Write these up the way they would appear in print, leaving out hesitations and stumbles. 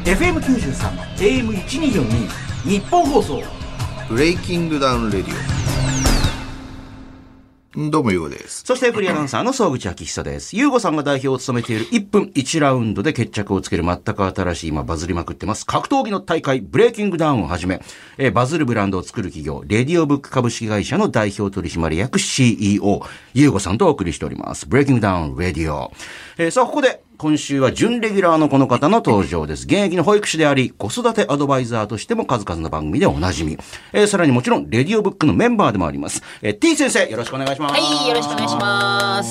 FM93 AM1242 日本放送ブレイキングダウンレディオ。どうもゆうごです。 そしてフリーアナウンサーの総口昭久です。ゆうごさんが代表を務めている1分1ラウンドで決着をつける全く新しい今バズりまくってます格闘技の大会ブレイキングダウンをはじめ、バズるブランドを作る企業レディオブック株式会社の代表取締役 CEO ゆうごさんとお送りしておりますブレイキングダウンレディオ。さあここで今週は準レギュラーのこの方の登場です。現役の保育士であり、子育てアドバイザーとしても数々の番組でおなじみ。さらにもちろん、レディオブックのメンバーでもあります。T 先生、よろしくお願いします。 はい、よろしくお願いします。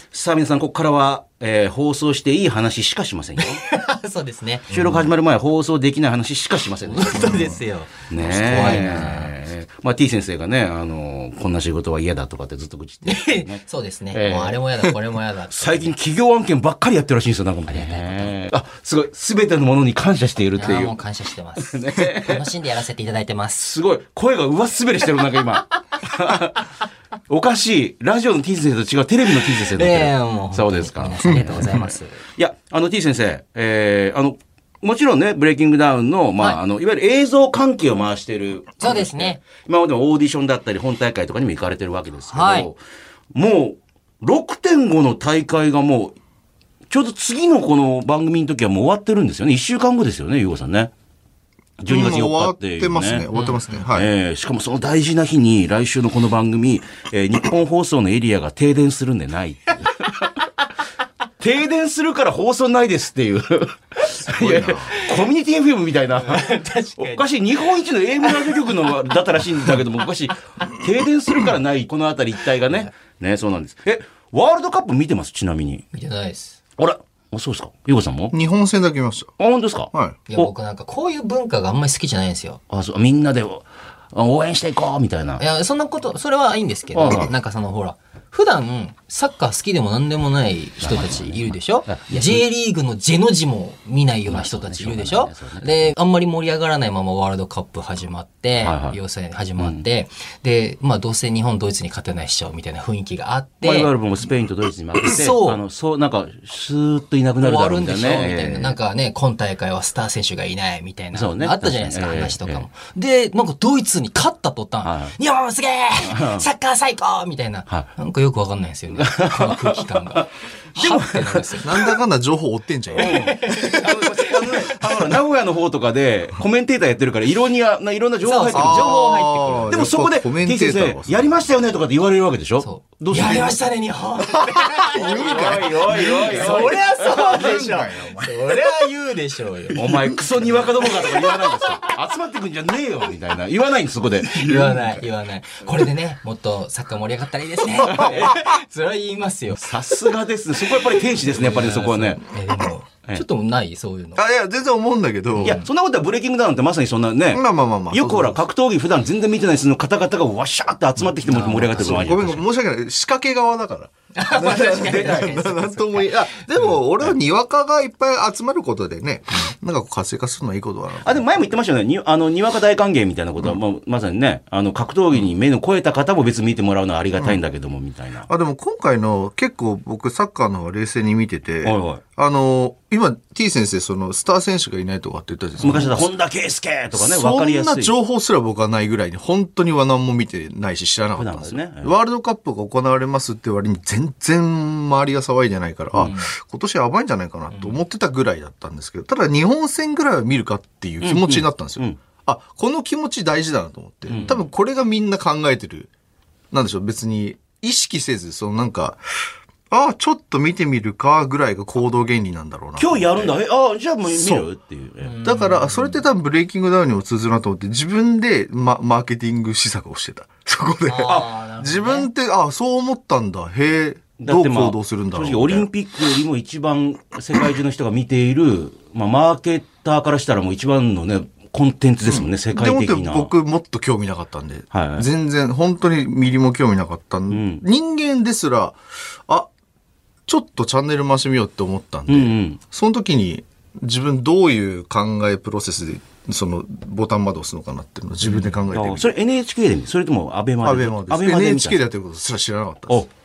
さあ皆さん、ここからは、放送していい話しかしませんよ。 そうですね。 収録始まる前、放送できない話しかしません、 本当ですよ。 ねえ。怖いな。 まあ T 先生がね、こんな仕事は嫌だとかってずっと愚痴って、 ね。そうですね。もうあれも嫌だ、これも嫌だ。 最近企業案件ばっかりやってるらしいんですよ、なんかもね。あ、すごい。すべてのものに感謝しているっていう。 もう感謝してます。楽しんでやらせていただいてます。 すごい。声が上滑りしてる、なんか今。おかしい。ラジオの T 先生と違うテレビの T 先生だって。 もうそうですか。 ありがとうございます。 いや、T 先生、もちろんね、ブレイキングダウンの、まあ、いわゆる映像関係を回している。 そうですね。 今までもオーディションだったり、本大会とかにも行かれてるわけですけど、 はい、 もう、6.5 の大会がもう、ちょうど次のこの番組の時はもう終わってるんですよね。1週間後ですよね、ゆうごさんね。12月4日っていう、ね。 終わってますね。終わってますね。はい。 しかもその大事な日に、来週のこの番組、日本放送のエリアが停電するんでないっていう。停電するから放送ないですっていう。いやコミュニティ FM みたいな。おかしい。日本一の AM ラジオ局のだったらしいんだけども、おかしい。停電するからない。このあたり一帯がね。ね、そうなんです。ワールドカップ見てますちなみに。 見てないです。 あら、そうですか。ゆうごさんも日本戦だけ見ました。 あ、本当ですか。 はい。 いや、僕なんかこういう文化があんまり好きじゃないんですよ。 あ、そう。みんなで応援していこうみたいな。 いや、そんなこと、それはいいんですけど、なんかほら、普段サッカー好きでも何でもない人たちいるでしょ。J リーグのジェの字も見ないような人たちいるでしょ。で、あんまり盛り上がらないままワールドカップ始まって、予選始まって、で、まあどうせ日本ドイツに勝てないっしょみたいな雰囲気があって、 いわゆるもうスペインとドイツに負けて、そうなんかスーッといなくなるだろうみたいなね。 終わるんでしょみたいな。なんかね、今大会はスター選手がいないみたいな。あったじゃないですか、話とかも。で、なんかドイツに勝った途端、日本すげえサッカー最高みたいな。なんかよくわかんないですよね。この空気感が。でも、 なんだかんだ情報追ってんじゃん。 名古屋の方とかでコメンテーターやってるからいろんな情報入ってくる。情報入ってくる。でもそこで T 先生やりましたよねとかって言われるわけでしょ。 やりましたね日本。 言うんかい。 そりゃそうでしょ。そりゃ言うでしょうよ。 お前クソにわかどもかとか言わないんですか。集まってくんじゃねえよみたいな言わないんですそこで。 言わない。これでねもっとサッカー盛り上がったらいいですね。それは言いますよ。 さすがですね。そこはやっぱり天使ですね。やっぱりそこはね。 でもちょっとないそういうの。 いや全然思うんだけど。 いやそんなことはブレイキングダウンってまさにそんなね。 まあ。 よくほら格闘技普段全然見てないその方々がわっしゃーって集まってきて盛り上がってるの。 ごめん申し訳ない。仕掛け側だから。なんともいい。でも俺はにわかがいっぱい集まることでね、なんか活性化するのはいいことだな。 でも前も言ってましたよね。にわか大歓迎みたいなことは、まさにね、格闘技に目の超えた方も別に見てもらうのはありがたいんだけども、みたいな。 でも今回の結構僕サッカーの方が冷静に見てて、今 T 先生そのスター選手がいないとかって言ったじゃないですか。 昔だ本田圭佑とかね、わかりやすい。 そんな情報すら僕はないぐらいに本当には何も見てないし知らなかったんですね。ワールドカップが行われますって割に全然周りが騒いでないから、今年やばいんじゃないかなと思ってたぐらいだったんですけど、ただ日本戦ぐらいは見るかっていう気持ちになったんですよ。この気持ち大事だなと思って。多分これがみんな考えてる。なんでしょう、別に意識せず、なんか、ちょっと見てみるかぐらいが行動原理なんだろうな。 今日やるんだ。じゃあもう見るっていう。 だから、それって多分ブレイキングダウンにも通ずるなと思って、自分でマーケティング施策をしてた。そこで。自分って、そう思ったんだ。へえ。どう行動するんだろう。 正直オリンピックよりも一番世界中の人が見ている、マーケターからしたらもう一番のね、コンテンツですもんね、世界的な。 でも僕もっと興味なかったんで。全然、本当にミリも興味なかったんで。人間ですら、ちょっとチャンネル回してみようって思ったんで、その時に自分どういう考えプロセスでそのボタンまで押すのかなっていうのを自分で考えてみる。 それ NHK で見る？それともアベマで？ アベマです。NHK でやってることすら知らなかったです。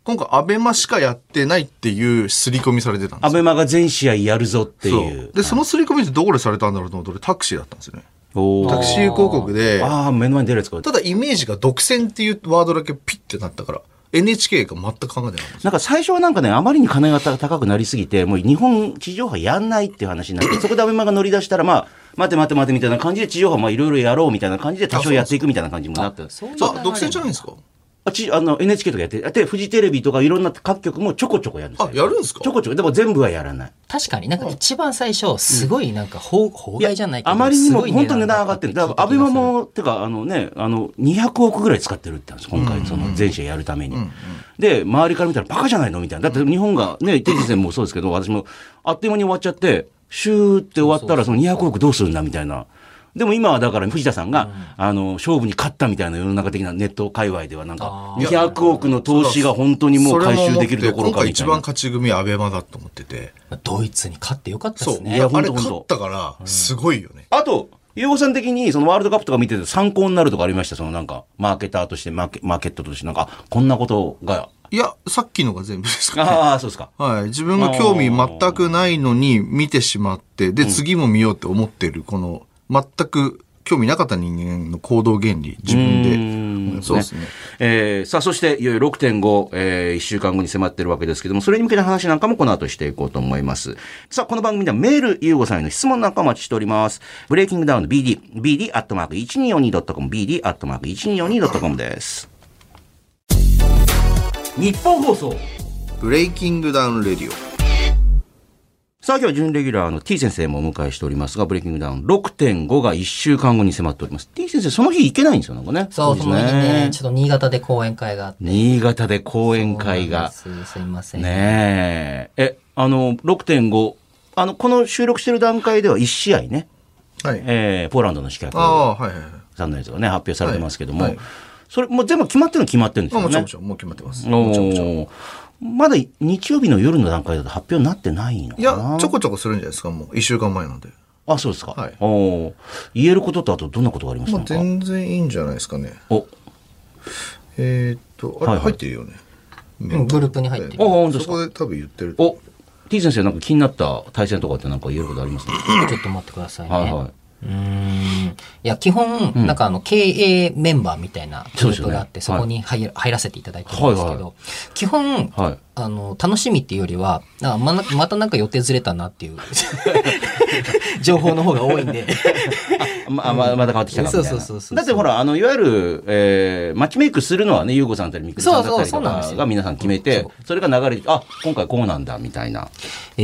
今回アベマしかやってないっていう刷り込みされてたんですよ。 アベマが全試合やるぞっていう。 で、その刷り込みってどこでされたんだろうと思って、タクシーだったんですよね。タクシー広告で。 目の前に出るやつか。 ただイメージが独占っていうワードだけピッてなったから、NHK が全く考えてないんですよ。 なんか最初はなんかね、あまりに金が高くなりすぎて、もう日本地上波やんないっていう話になって、そこでアベマが乗り出したら、待てみたいな感じで地上波いろいろやろうみたいな感じで多少やっていくみたいな感じにもなって。 独占じゃないんですか NHK とかやってで、フジテレビとかいろんな各局もちょこちょこやるんですよ。 やるんですか？ ちょこちょこ。でも全部はやらない。 確かになんか一番最初、すごいなんか法外じゃないけど、 あまりにも本当に値段上がってる。だからアベマも、てか200億ぐらい使ってるって言うんです、今回その全試合やるために。で、周りから見たらバカじゃないのみたいな。だって日本がね、定時戦もそうですけど、私もあっという間に終わっちゃって、シューって終わったらその200億どうするんだみたいな。でも今はだから藤田さんが、勝負に勝ったみたいな世の中的なネット界隈ではなんか、200億の投資が本当にもう回収できるところかみたいな。 今回一番勝ち組はアベマだと思ってて。 ドイツに勝ってよかったですね。 そう。いや、あれ勝ったから、すごいよね。 あと、ゆうごさん的にそのワールドカップとか見てて参考になるとかありました？そのなんか、マーケターとして、マーケットとしてなんか、こんなことが。 いや、さっきのが全部ですかね。 ああ、そうですか。 はい。自分が興味全くないのに見てしまって、で、次も見ようって思ってる、この、全く、興味なかった人間の行動原理、自分で。そうですね。さあ、そして、いよいよ 6.5、1週間後に迫ってるわけですけども、それに向けた話なんかもこの後していこうと思います。さあ、この番組ではメール、ゆうごさんへの質問なんかお待ちしております。ブレイキングダウンの BD、1242.com、BD、1242.com です。日本放送。 ブレイキングダウンレディオ。 さあ今日は準レギュラーの T 先生もお迎えしておりますが、ブレイキングダウン 6.5 が1週間後に迫っております。T 先生、その日行けないんですよ、なんかね。 そう、その日ね、ちょっと新潟で講演会があって。 新潟で講演会が。 すいません。 ねえ。6.5、この収録してる段階では1試合ね。 はい。 ポーランドの資格さんのやつがね、発表されてますけども、それ、もう全部決まってるんですよね。 もちろん、もう決まってます。もちろん。 まだ日曜日の夜の段階だと発表になってないのかな。 いや、ちょこちょこするんじゃないですか、もう。1週間前なんで。 あ、そうですか。 はい。 言えることとあとどんなことがありますか？ 全然いいんじゃないですかね。あれ、入ってるよね。 グループに入ってる。 そこで多分言ってる。 T 先生、なんか気になった対戦とかってなんか言えることありますか？ ちょっと待ってくださいね。 はいはい。 いや、基本、なんか経営メンバーみたいなグループがあって、そこに入らせていただいてるんですけど、基本、楽しみっていうよりは、またなんか予定ずれたなっていう情報の方が多いんで。 また変わってきたかみたいな。 そう。 だってほら、いわゆる、マッチメイクするのはね、ゆうごさんだったり、みくりさんだったりとかが皆さん決めて、それが流れて、あ、今回こうなんだ、みたいな。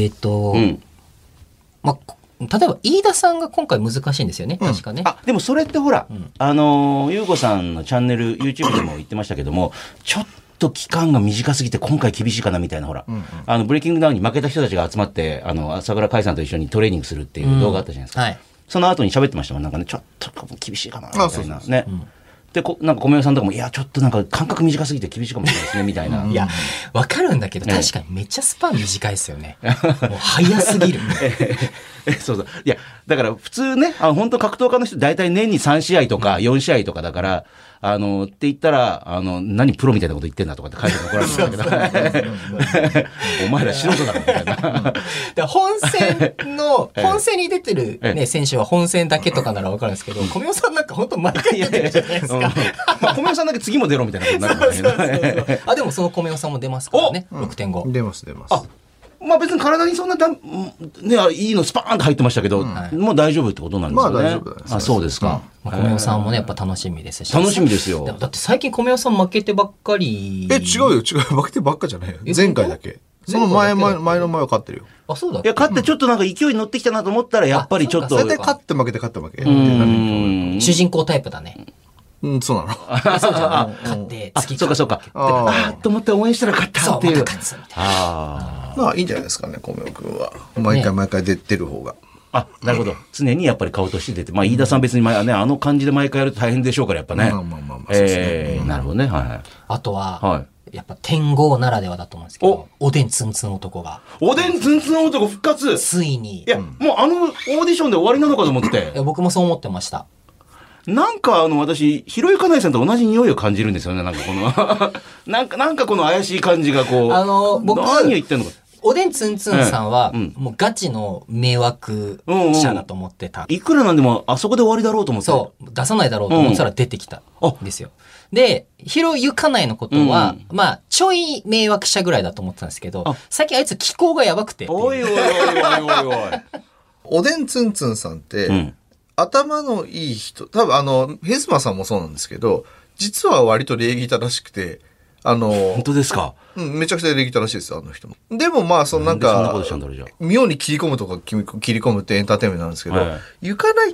例えば、飯田さんが今回難しいんですよね、確かね。 でもそれってほら、ゆうごさんのチャンネル、YouTube でも言ってましたけども、ちょっと期間が短すぎて今回厳しいかなみたいな、ほら、ブレイキングダウンに負けた人たちが集まって、朝倉海さんと一緒にトレーニングするっていう動画あったじゃないですか。その後に喋ってましたもん、なんかね、ちょっと厳しいかな、みたいなね。で、なんか、小宮さんとかも、いや、ちょっとなんか、間隔短すぎて厳しいかもしれないですね、みたいな。 いや、わかるんだけど、確かにめっちゃスパン短いですよね。もう、早すぎる。 そう。いや、だから、普通ね、本当格闘家の人、大体年に3試合とか4試合とかだから、って言ったら、何プロみたいなこと言ってんだとかって書いて怒られるんだけど、お前ら素人だろ、みたいな。 本戦に出てるね、選手は本戦だけとかならわかるんですけど、小宮さんなんか本当毎回出てるじゃないですか。 小宮さんだけ次も出ろみたいなことになるんだけど。 でもその小宮さんも出ますからね、6.5。 出ます。 別に体にそんないいのスパーンと入ってましたけど、もう大丈夫ってことなんですよね。 まあ大丈夫です。 あ、そうですか。 小宮さんもね、やっぱ楽しみですし。 楽しみですよ。 だって最近小宮さん負けてばっかり。 違う。負けてばっかじゃないよ。前回だけ。その前の前は勝ってるよ。 あ、そうだ。 いや、勝ってちょっとなんか勢いに乗ってきたなと思ったら、やっぱりちょっと。 それで勝って負け。 主人公タイプだね。 そうなの。 そうじゃん。勝って、 そうか。と思って応援したら勝ったっていう。 まあいいんじゃないですかね、小宮君は。毎回出る方が。 なるほど。常にやっぱり顔として出て、飯田さん別にあの感じで毎回やると大変でしょうから、やっぱね。なるほどね。 あとは、やっぱ天狗ならではだと思うんですけど、おでんつんつん男が。 おでんつんつん男復活ついに。 いや、もうオーディションで終わりなのかと思って。 僕もそう思ってました。 なんか私、ひろゆかないさんと同じ匂いを感じるんですよね、なんかこの。 なんかこの怪しい感じがこう、 僕、 何を言ってんのか。 おでんつんつんさんは、もうガチの迷惑者だと思ってた。 いくらなんでもあそこで終わりだろうと思って。 そう、出さないだろうと思ったら出てきたんですよ。で、ひろゆかないのことは、まあ、ちょい迷惑者ぐらいだと思ってたんですけど、最近あいつ気候がやばくて。 おいおいおいおいおい。 おでんつんつんさんって、頭のいい人、多分ヘスマさんもそうなんですけど、実は割と礼儀正しくて、 本当ですか？ めちゃくちゃ礼儀正しいですよ、あの人も。でもまあ、そんな妙に切り込むとか切り込むってエンターテインメントなんですけど、ゆかないって、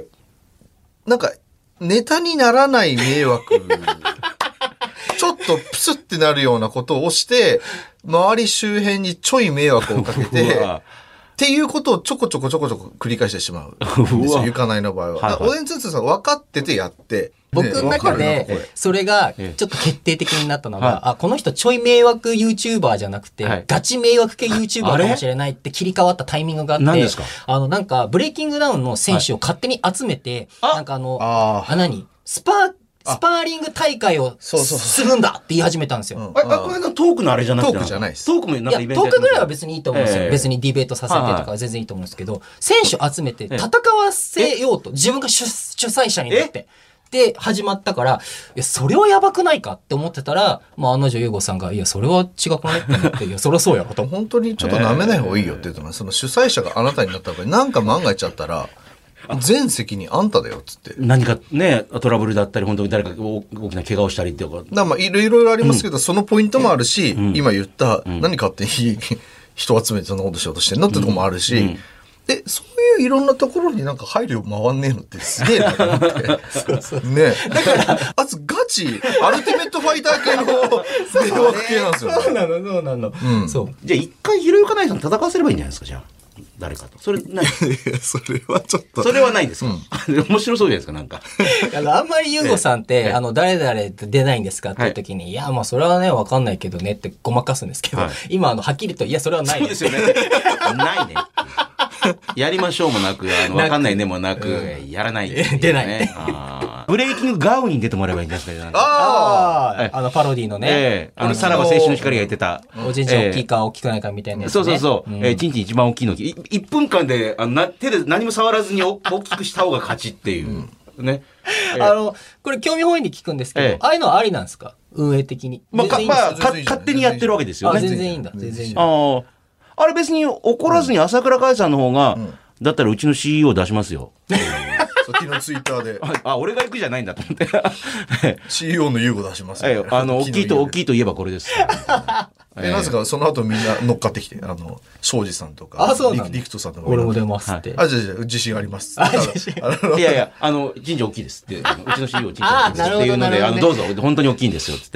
なんか、ネタにならない迷惑、ちょっとプスってなるようなことをして、周り周辺にちょい迷惑をかけて、っていうことをちょこちょこ繰り返してしまうんですよ、ゆかないの場合は。おでんつんつんさん分かっててやって、 僕の中で、それがちょっと決定的になったのが、この人ちょい迷惑 YouTuber じゃなくて、ガチ迷惑系 YouTuber かもしれないって切り替わったタイミングがあって、 何ですか？ なんか、ブレイキングダウンの選手を勝手に集めて、なんかスパーリング大会をするんだって言い始めたんですよ。 これがトークのあれじゃなくて。 トークじゃないです。 トークもなんかイベント。 トークぐらいは別にいいと思うんですよ。別にディベートさせてとかは全然いいと思うんですけど、選手集めて戦わせようと、自分が主催者になって。で、始まったから、いや、それはやばくないかって思ってたら、まあ、案の定優吾さんが、いや、それは違くないって思って、いや、そりゃそうやろと。 本当にちょっと舐めない方がいいよって言うとね、その主催者があなたになった場合、なんか万が一あったら、全責任あんただよっつって。 何かね、トラブルだったり、本当に誰か大きな怪我をしたりっていうか。 まあ、いろいろありますけど、そのポイントもあるし、今言った、何勝手に人集めてそんなことしようとしてんのってとこもあるし、そういういろんなところになんか配慮回んねえのってすげえなと思って。ね。だから、あつガチ、アルティメットファイター系の迷惑系なんですよね。 そうなの。そう。 じゃあ一回ひろゆかないさん戦わせればいいんじゃないですか、じゃあ。誰かと。それない。 それはちょっと。 それはないんですか？面白そうじゃないですか、なんか。 あんまり優吾さんって、誰々出ないんですかっていう時に、いや、まあそれはね、わかんないけどねってごまかすんですけど、今はっきりと、いや、それはない。 そうですよね。ないね。やりましょうもなく、わかんないねもなく、やらない。 出ない。 ブレイキングガウンに出てもらえばいいんですか？ パロディのね。 さらば青春の光が言ってた。 おじいちゃん大きいか大きくないかみたいなやつ。 そう。ちんちん一番大きいの。1分間で、手で何も触らずに大きくした方が勝ちっていう。ね。 これ興味本位に聞くんですけど、ああいうのはありなんですか？運営的に。 まあ、勝手にやってるわけですよね。 全然いいんだ。全然いいんだ。 あれ別に怒らずに朝倉海さんの方が、だったらうちの CEO 出しますよ。 昨日ツイッターで。 俺が行くじゃないんだと思って。 CEO の優吾出しますよ。 大きいといえばこれです。 なぜかその後みんな乗っかってきて、庄司さんとか、リクトさんとか。 俺も出ますって。 じゃあ自信あります。 いや、人事大きいですって。うちの CEO 人事大きいですっていうので、どうぞ、本当に大きいんですよ、つって。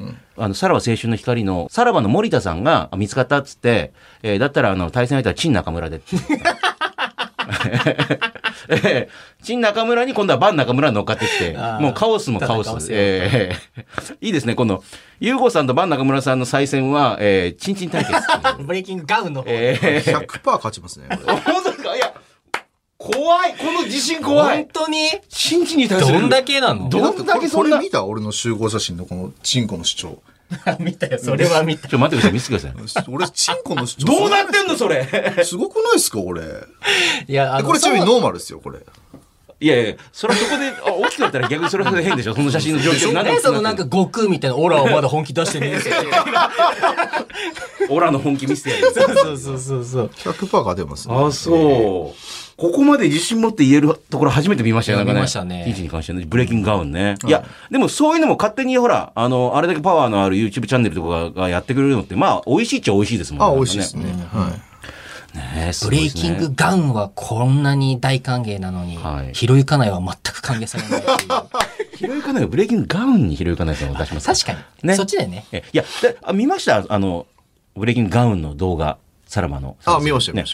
さらば青春の光の、さらばの森田さんが見つかったっつって、だったら対戦相手は陳中村で。陳中村に今度はバン中村に乗っかってきて、もうカオスもカオス。いいですね、今度、ユーゴさんとバン中村さんの再戦は、チンチン対決。 ブレイキングガウンの方。 100% 勝ちますね。 本当ですか？いや、怖い。この自信怖い。 本当に？ チンチンに対する。 どんだけなの？ どんだけそんな。これ見た？俺の集合写真のこのチンコの主張。 見たよ、それは見た。 待ってください、見せてください。 俺、チンコの主張。 どうなってんの、それ。 すごくないですか、俺。 いや、 これちなみにノーマルですよ、これ。 いや、それはそこで、大きくなったら逆にそれは変でしょ、その写真の状況。 ね、そのなんか悟空みたいなオラはまだ本気出してねえですよ。 オラの本気見せてやる。 そう。 100% が出ますね。 あ、そう。ここまで自信持って言えるところ初めて見ましたよ、なんかね。 見ましたね。 ティーチに関してね、ブレイキングガウンね。いや、でもそういうのも勝手にほら、あれだけパワーのある YouTube チャンネルとかがやってくれるのって、まあ、美味しいっちゃ美味しいですもんね。 美味しいですね。はい。 ブレイキングガウンはこんなに大歓迎なのに、ひろゆかないは全く歓迎されないっていう。 ひろゆかないはブレイキングガウンにひろゆかないさんを出します。 確かに。ね。そっちでね。 いや、見ましたブレイキングガウンの動画。 さらばの。 見ました、見ました。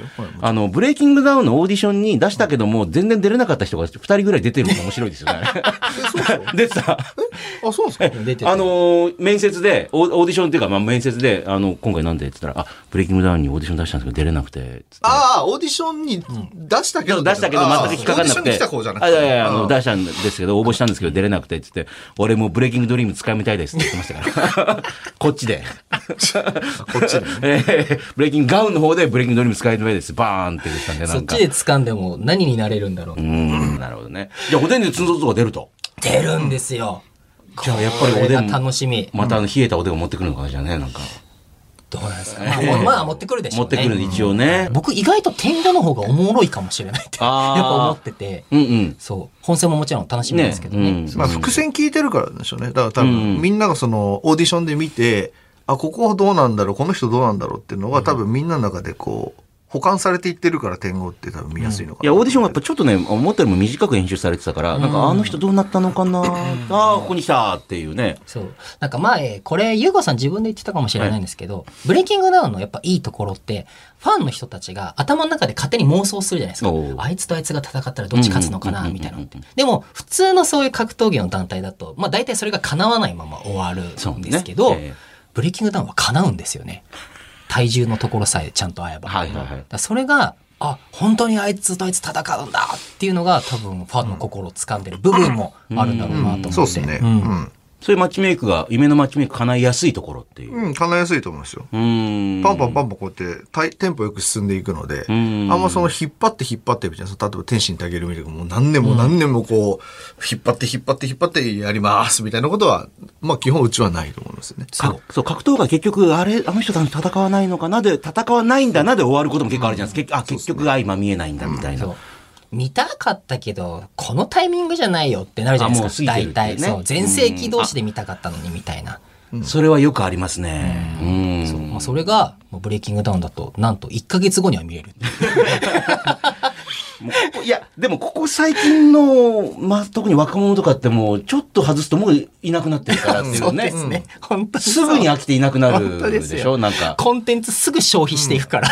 ブレイキングダウンのオーディションに出したけども、全然出れなかった人が2人ぐらい出てるのが面白いですよね。出てた。 そうですか。 面接で、オーディションっていうか、面接で、今回なんでって言ったら、ブレイキングダウンにオーディション出したんですけど、出れなくて。 オーディションに出したけど、 全く引っかかんなくて。出したんですけど、応募したんですけど、出れなくてって言って、俺もブレイキングドリーム使いみたいですって言ってましたから。こっちで。 こっちで。 ブレイキングガウンの方でブレイキングドリーム使いみたいです。バーンって言ってたんで、 そっちで掴んでも何になれるんだろう。 なるほどね。じゃあ、おでんでつんどつとか出ると。 出るんですよ。 じゃあ、やっぱりおでん。 楽しみ。 また冷えたおでんを持ってくるのかな、じゃあね、なんか。 どうなんですか。まあ持ってくるでしょうね。 持ってくる一応ね。 僕意外と天狗の方がおもろいかもしれないってやっぱ思ってて、そう本戦ももちろん楽しみですけどね。 伏線聞いてるからでしょうね。だから多分みんながそのオーディションで見て、ここはどうなんだろう、この人どうなんだろうっていうのが多分みんなの中でこう保管されていってるから天狗って多分見やすいのかな。 いやオーディションはやっぱちょっとね思ったよりも短く編集されてたから、なんかあの人どうなったのかな、ここに来たっていうね。 そうなんか前これユーゴさん自分で言ってたかもしれないんですけど、ブレイキングダウンのやっぱいいところってファンの人たちが頭の中で勝手に妄想するじゃないですか。あいつとあいつが戦ったらどっち勝つのかなみたいなのって。でも普通のそういう格闘技の団体だと大体それが叶わないまま終わるんですけど、ブレイキングダウンは叶うんですよね。体重のところさえちゃんと合えば。だそれが本当にあいつとあいつ戦うんだっていうのが多分ファンの心を掴んでる部分もあるんだろうなと思って。 そうですね。 そういうマッチメイクが夢のマッチメイク叶いやすいところっていう。 叶いやすいと思うんですよ。パンパンパンパンこうやってテンポよく進んでいくので、あんまその引っ張ってみたいな、例えば天心ってあげるみたいなもう何年もこう引っ張ってやりますみたいなことは基本うちはないと思いますね。 そう格闘が結局あの人たち戦わないのかなで戦わないんだなで終わることも結構あるじゃないですか。結局相ま見えないんだみたいな。 見たかったけどこのタイミングじゃないよってなるじゃないですか。大体そう全盛期同士で見たかったのにみたいな。 それはよくありますね。 それがブレイキングダウンだとなんと1ヶ月後には見れる。 いやでもここ最近の、特に若者とかってもうちょっと外すともういなくなってるからっていうね。 そうですね。本当にすぐに飽きていなくなるでしょ。なんかコンテンツすぐ消費していくから。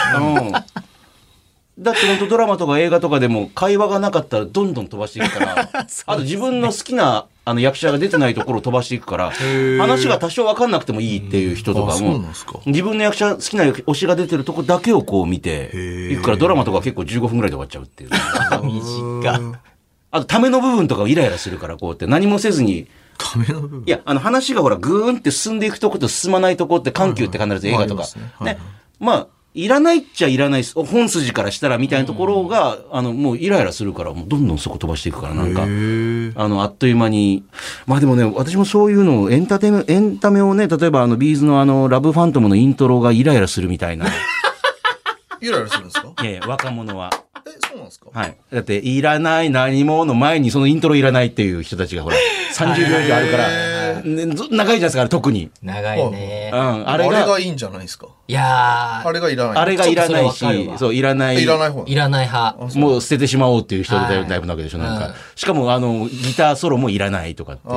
だって本当ドラマとか映画とかでも会話がなかったらどんどん飛ばしていくから、あと自分の好きな役者が出てないところを飛ばしていくから、話が多少分かんなくてもいいっていう人とかも、自分の役者好きな推しが出てるとこだけをこう見ていくからドラマとか結構15分ぐらいで終わっちゃうっていう。 短。 あとための部分とかをイライラするからこうやって何もせずに、 ための部分？ いや話がほらぐーんって進んでいくとこと進まないとこって緩急って必ず映画とかね、いらないっちゃいらない本筋からしたらみたいなところが、もうイライラするから、もうどんどんそこ飛ばしていくから、なんか、あっという間に。でもね、私もそういうのをエンタメをね、例えばビーズのラブファントムのイントロがイライラするみたいな。 イライラするんですか？ 若者は。 そうなんですか？ はい。だって、いらない何もの前にそのイントロいらないっていう人たちがほら、30秒以上あるから、長いじゃないですか、特に。 長いね。 あれがいいんじゃないですか？ いやあれがいらない。 あれがいらないし、そう、いらない。 いらない方。 いらない派。 もう捨ててしまおうっていう人タイプなわけでしょ、なんか。しかも、ギターソロもいらないとかっていう。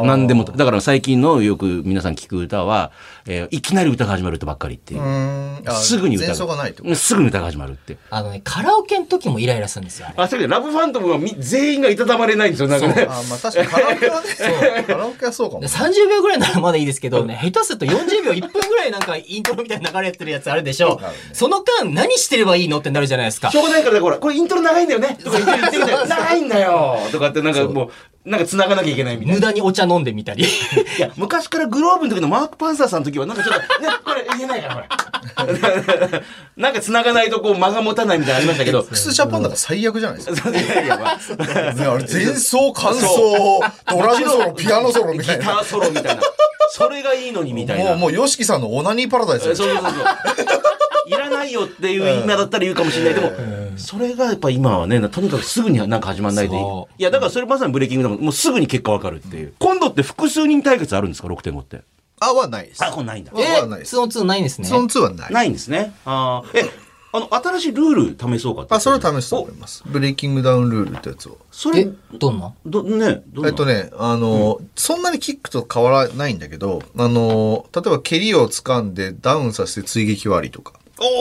なんでも、だから最近のよく皆さん聞く歌は、いきなり歌が始まる歌ばっかりっていう。すぐに歌が。前奏がないってこと？すぐに歌が始まるって。 カラオケの時もイライラするんですよ。 そういうラブファントムは全員がいたたまれないんですよ、なんかね。 確かにカラオケはね、カラオケはそうかも。 30秒ぐらいならまだいいですけどね、下手すると40秒、1分ぐらいなんかイントロみたいな流れてるやつあるでしょ。その間何してればいいのってなるじゃないですか。 しょうがないから、ほら、これイントロ長いんだよねとか言ってるんだよ。長いんだよとかってなんかもう、なんか繋がなきゃいけないみたいな。 無駄にお茶飲んでみたり。いや、昔からグローブの時のマーク・パンサーさんの時はなんかちょっと、ね、これ言えないから、ほら。なんか繋がないとこう間が持たないみたいなのありましたけど。 クスジャパンなんか最悪じゃないですか。あれ前奏、間奏、ドラムソロ、ピアノソロみたいな。 ギターソロみたいな。それがいいのにみたいな。 もう、ヨシキさんのオナニーパラダイスですよ。 そう。いらないよっていう今だったら言うかもしれない。でも、それがやっぱ今はね、とにかくすぐになんか始まらないでいい。いや、だからそれまさにブレイキングダウンもうすぐに結果わかるっていう。今度って複数人対決あるんですか ?6.5 って。 はないです。 これないんだ。 はないです。 スオン2ないんですね。 スオン2はない。 ないんですね。新しいルール試そうかって。 それを試すと思います。ブレイキングダウンルールってやつを。 それ、 どんなそんなにキックと変わらないんだけど、例えば蹴りを掴んでダウンさせて追撃割りとか。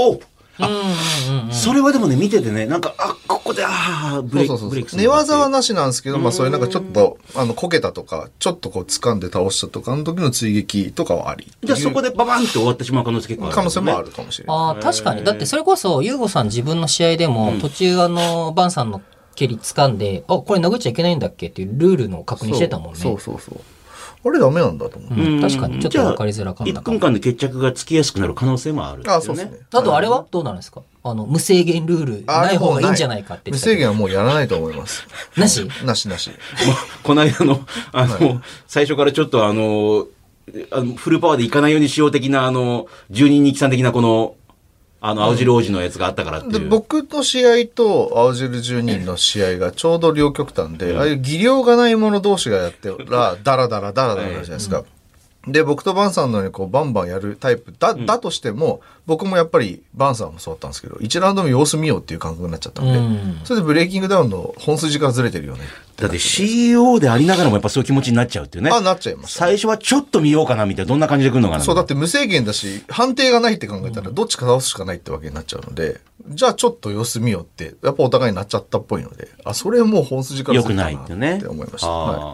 それはでもね、見ててね、なんか、ここで、ブレイクする。 寝技はなしなんですけど、まあそういうなんかちょっと、こけたとか、ちょっとこう掴んで倒したとか、の時の追撃とかはあり。 じゃあそこでババンって終わってしまう可能性結構ある、 可能性もあるかもしれない。 確かに。だってそれこそ、ユーゴさん自分の試合でも、途中バンさんの蹴り掴んで、これ殴っちゃいけないんだっけっていうルールの確認してたもんね。 そう。あれダメなんだと思う。 確かに。ちょっと分かりづらかったかも。 1分間で決着がつきやすくなる可能性もある、ね。 そうですね。 あとあれはどうなるんですか？無制限ルールない方がいいんじゃないかって言ってた。 無制限はもうやらないと思います。 なし。 この間の、最初からちょっとフルパワーでいかないようにしよう的な、10人にきさん的なこの、青汁王子のやつがあったからっていう。 で、僕の試合と青汁10人の試合がちょうど両極端で、ああいう技量がない者同士がやってら、ダラダラなるじゃないですか。で、僕とバンさんのようにこうバンバンやるタイプだとしても、僕もやっぱりバンさんもそうだったんですけど、1ラウンド目様子見ようっていう感覚になっちゃったんで、それでブレイキングダウンの本筋がずれてるよね。 だって CEO でありながらもやっぱそういう気持ちになっちゃうっていうね。 なっちゃいました、 最初はちょっと見ようかなみたいな、どんな感じで来るのかな。 そう、だって無制限だし、判定がないって考えたら、どっちか倒すしかないってわけになっちゃうので、じゃあちょっと様子見ようって、やっぱお互いになっちゃったっぽいので、それもう本筋からずれたなって思いました。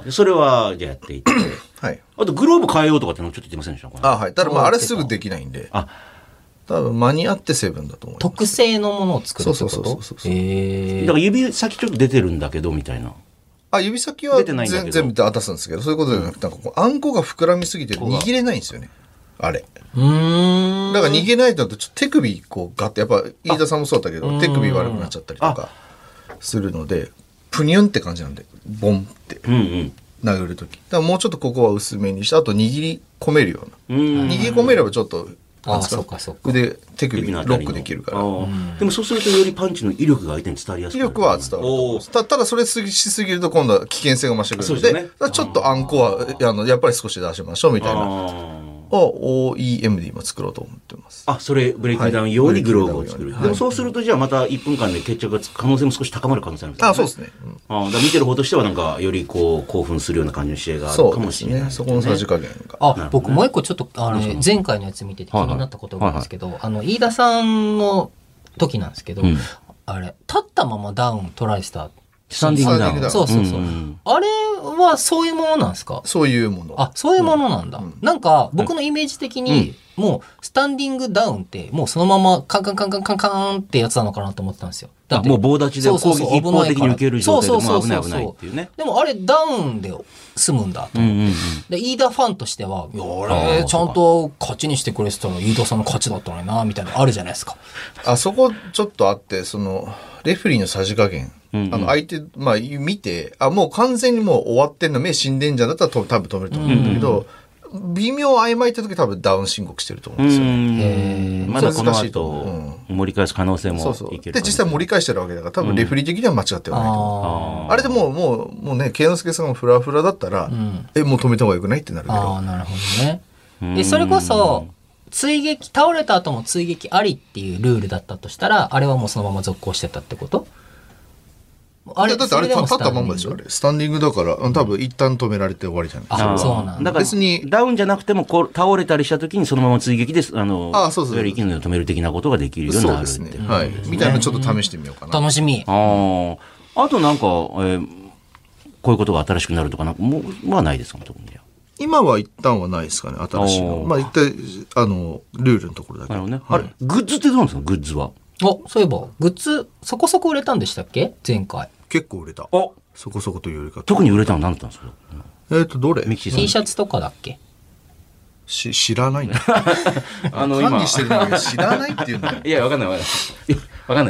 それは、じゃあやっていって。 はい。 あと、グローブ変えようとかってのちょっと言ってませんでしたか？ はい。ただあれすぐできないんで。多分間に合ってセブンだと思います。 特製のものを作るってこと？そう。 だから指先ちょっと出てるんだけど、みたいな。 指先は全部出すんですけど、そういうことじゃなくて、あんこが膨らみすぎて握れないんですよね。あれ。だから握れないとちょっと手首こうガッて、やっぱ飯田さんもそうだけど、手首悪くなっちゃったりとかするので、プニュンって感じなんで、ボンって殴るとき。だからもうちょっとここは薄めにして、あと握り込めるような。握り込めればちょっと、手首ロックできるから。 でもそうするとよりパンチの威力が相手に伝わりやすくなる。 威力は伝わると思います。ただそれしすぎると今度は危険性が増してくるので、ちょっとあんこはやっぱり少し出しましょうみたいな。OEM で今作ろうと思ってます。 それブレイキングダウン用にグローブを作る。でもそうするとじゃあまた1分間で決着がつく可能性も少し高まる可能性あるんですね。 そうですね。 だ見てる方としてはなんかよりこう興奮するような感じの試合があるかもしれない。 そこのさじ加減が。 僕もう一個ちょっと前回のやつ見てて気になったことがあるんですけど、飯田さんの時なんですけど、あれ立ったままダウン取られてた。 スタンディングダウン。 そう。あれはそういうものなんですか？ そういうもの。 そういうものなんだ。なんか僕のイメージ的に、もうスタンディングダウンってもうそのままカンカンカンカンカンカンってやつなのかなと思ってたんですよ。 だってもう棒立ちで攻撃一方的に受ける状態でも危ないっていうね。 でもあれダウンで済むんだと。で、飯田ファンとしては、あれちゃんと勝ちにしてくれてたら飯田さんの勝ちだったのにな、みたいなのあるじゃないですか。 そこちょっとあって、レフェリーのさじ加減。相手、見て、もう完全にもう終わってんの、目死んでんじゃんだったら多分止めると思うんだけど、微妙曖昧って時多分ダウン申告してると思うんですよね。 まだこの後、盛り返す可能性もいける。 で、実際盛り返してるわけだから、多分レフェリー的には間違ってはないと思う。あれでもうね、慶之助さんがフラフラだったら、もう止めた方がよくないってなるけど。 なるほどね。それこそ、倒れた後も追撃ありっていうルールだったとしたら、あれはもうそのまま続行してたってこと？ だってあれ立ったまんまでしょ、あれ。スタンディングだから、多分一旦止められて終わりじゃないですか。 そうなんだ。から別にダウンじゃなくても倒れたりした時にそのまま追撃で、いわゆる生きるのを止める的なことができるようになるって。そうですね。 はい。みたいなのちょっと試してみようかな。 楽しみ。 あとなんか、こういうことが新しくなるとかもうないですか、特に。 今は一旦はないですかね、新しいの。一体、ルールのところだけ。 なるほどね。あれ、グッズってどうなんですか、グッズは。 そういえば、グッズ、そこそこ売れたんでしたっけ？前回。 結構売れた。そこそこというよりか。 特に売れたの何だったんですか？ どれ？ T シャツとかだっけ？ 知らないんだ。管理してるのに知らないっていうの。 いや、わかんない。わかんないです。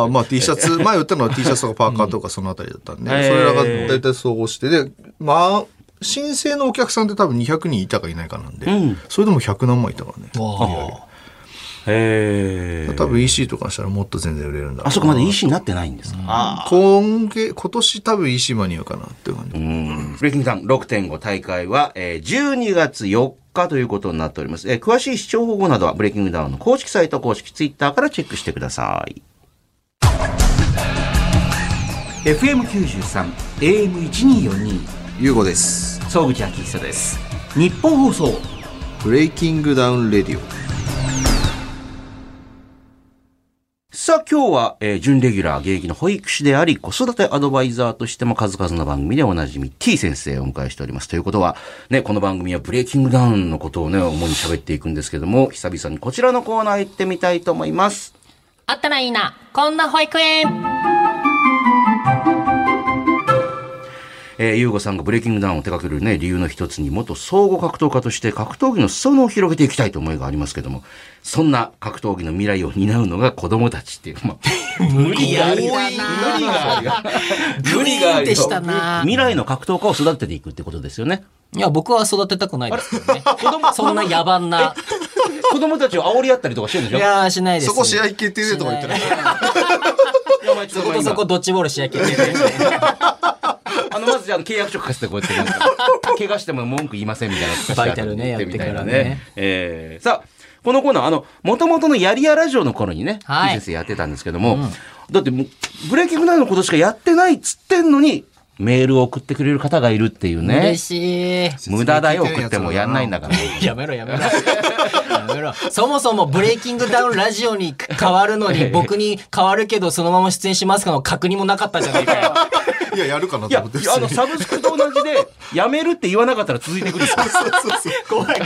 T シャツ、前売ったのは T シャツとかパーカーとかそのあたりだったんで、それらが大体総合して、で、申請のお客さんって多分200人いたかいないかなんで、それでも100何万いたからね。多分 EC とかしたらもっと全然売れるんだ。 あそこまで EC になってないんですか？ 今年多分 EC 間に合うかなっていう感じ。 ブレイキングダウン 6.5 大会は、12月4日ということになっております。詳しい視聴方法などはブレイキングダウンの公式サイト、公式ツイッターからチェックしてください。FM93 AM1242 ゆうごです。 総口昭久です。日本放送ブレイキングダウンレディオ。 さあ今日は、準レギュラー現役の保育士であり子育てアドバイザーとしても数々の番組でおなじみ T 先生をお迎えしております。ということはね、この番組はブレイキングダウンのことをね主に喋っていくんですけども、久々にこちらのコーナー行ってみたいと思います。 あったらいいなこんな保育園。 ゆうごさんがブレイキングダウンを手掛けるね理由の一つに、元総合格闘家として格闘技の裾野を広げていきたいという思いがありますけども、そんな格闘技の未来を担うのが子供たちっていう、 無理ありだな。無理でしたな。 未来の格闘家を育てていくってことですよね。 いや僕は育てたくないですけどね。そんな野蛮な子供たちを煽り合ったりとかしてるんでしょ。 いやしないです。 そこ試合決定でとか言ってない。 そことそこドッジボール試合決定で。 まず契約書書かせてこうやって怪我しても文句言いませんみたいなバイタルねやってからね。 さあこのコーナー元々のやりやラジオの頃にね、 はい、 先生やってたんですけども、だってもうブレイキングダウンのことしかやってないっつってんのにメールを送ってくれる方がいるっていうね。 嬉しい。 無駄だよ送ってもやんないんだから。 やめろ。そもそもブレイキングダウンラジオに変わるのに僕に変わるけどそのまま出演しますかの確認もなかったじゃないかよ。 いややるかなと思って。 いやサブスクと同じでやめるって言わなかったら続いてくる。 怖い。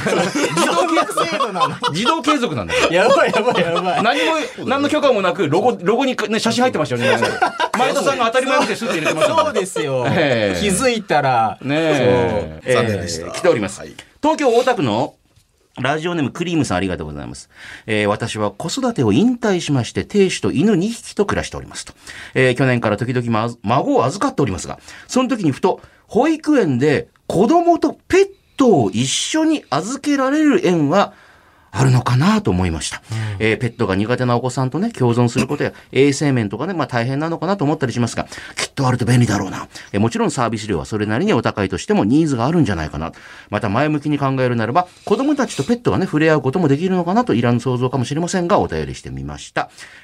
自動継続なんだよ。 やばい。 何の許可もなくロゴに、ね、写真入ってましたよね。前田さんが当たり前みたいにスッて入れてました、ね。 そうですよ。気づいたらねそう残念でした。 来ております。はい、東京大田区のラジオネームクリームさんありがとうございます。私は子育てを引退しまして、亭主と犬2匹と暮らしておりますと。去年から時々孫を預かっておりますが、その時にふと保育園で子供とペットを一緒に預けられる園はあるのかなと思いました。ペットが苦手なお子さんとね、共存することや衛生面とかね、大変なのかなと思ったりしますが、きっとあると便利だろうな。もちろんサービス料はそれなりにお高いとしてもニーズがあるんじゃないかな。また前向きに考えるならば、子供たちとペットがね、触れ合うこともできるのかなといらぬ想像かもしれませんが、お便りしてみました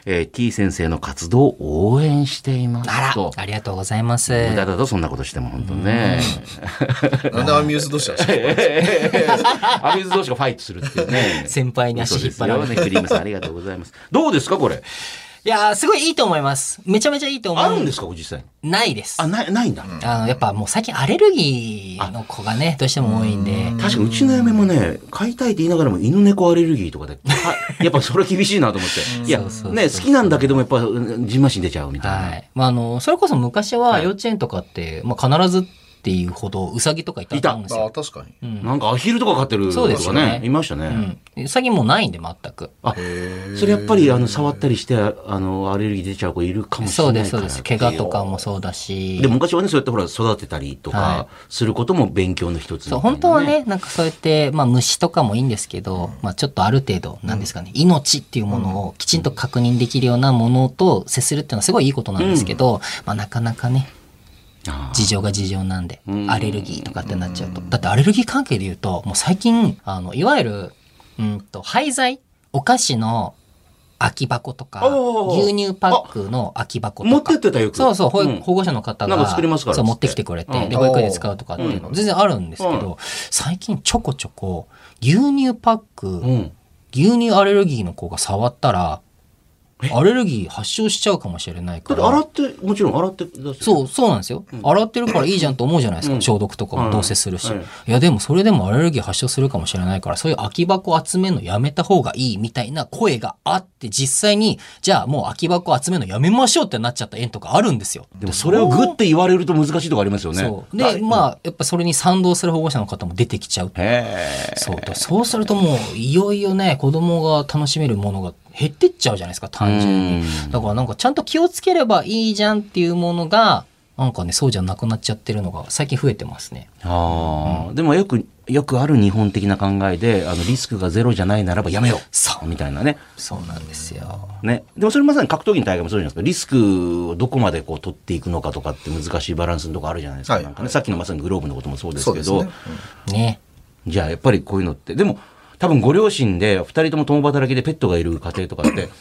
。T 先生の活動を応援していますと。 ありがとうございます。 無駄だとそんなことしても本当ね。 なんでアミューズ同士はアミューズ同士がファイトするっていうね。 先輩に足引っ張られる。クリームさんありがとうございます。どうですかこれ。 いやすごいいいと思います。めちゃめちゃいいと思う。 あるんですか実際。 ないです。 ないんだ。 やっぱもう最近アレルギーの子がねどうしても多いんで。 確かにうちの嫁もね飼いたいって言いながらも犬猫アレルギーとかでやっぱそれ厳しいなと思って。いやね好きなんだけどもやっぱじんましん出ちゃうみたいな。 はい。それこそ昔は幼稚園とかって必ずっていうほどウサギとかいたと思うんですよ。 確かに。 なんかアヒルとか飼ってるとかねいましたね。 ウサギもないんで全く。 それやっぱり触ったりしてアレルギー出ちゃう子いるかもしれないから。 そうです。怪我とかもそうだし。 で昔はねそうやってほら育てたりとかすることも勉強の一つみたいなね。 そう本当はねなんかそうやって虫とかもいいんですけど、ちょっとある程度なんですかね、命っていうものをきちんと確認できるようなものと接するっていうのはすごいいいことなんですけど、なかなかね。事情が事情なんでアレルギーとかってなっちゃうと、だってアレルギー関係で言うともう最近いわゆる廃材お菓子の空き箱とか牛乳パックの空き箱とか持ってってたよくそう保護者の方が作りますからそう持ってきてくれてで保育園で使うとかっていうの全然あるんですけど、最近ちょこちょこ牛乳パック、牛乳アレルギーの子が触ったらアレルギー発症しちゃうかもしれないから。 だってもちろん洗って出す。 そうなんですよ。洗ってるからいいじゃんと思うじゃないですか。消毒とかもどうせするし。いやでもそれでもアレルギー発症するかもしれないから、そういう空き箱集めるのやめた方がいいみたいな声があって、実際に、じゃあもう空き箱集めるのやめましょうってなっちゃった園とかあるんですよ。 でもそれをグッて言われると難しいとこありますよね。 そう。で、やっぱそれに賛同する保護者の方も出てきちゃう。そうするともう、いよいよね、子供が楽しめるものが減ってっちゃうじゃないですか、単純に。だからなんかちゃんと気をつければいいじゃんっていうものが、なんかね、そうじゃなくなっちゃってるのが最近増えてますね。でもよくある日本的な考えで、リスクがゼロじゃないならばやめようみたいなね。 そうなんですよ。 ね。でもそれまさに格闘技の大会もそうじゃないですか。リスクをどこまでこう取っていくのかとかって難しいバランスのとこあるじゃないですか。なんかね、さっきのまさにグローブのこともそうですけど。 ね。 じゃあやっぱりこういうのって、でも多分ご両親で2人とも共働きでペットがいる家庭とかって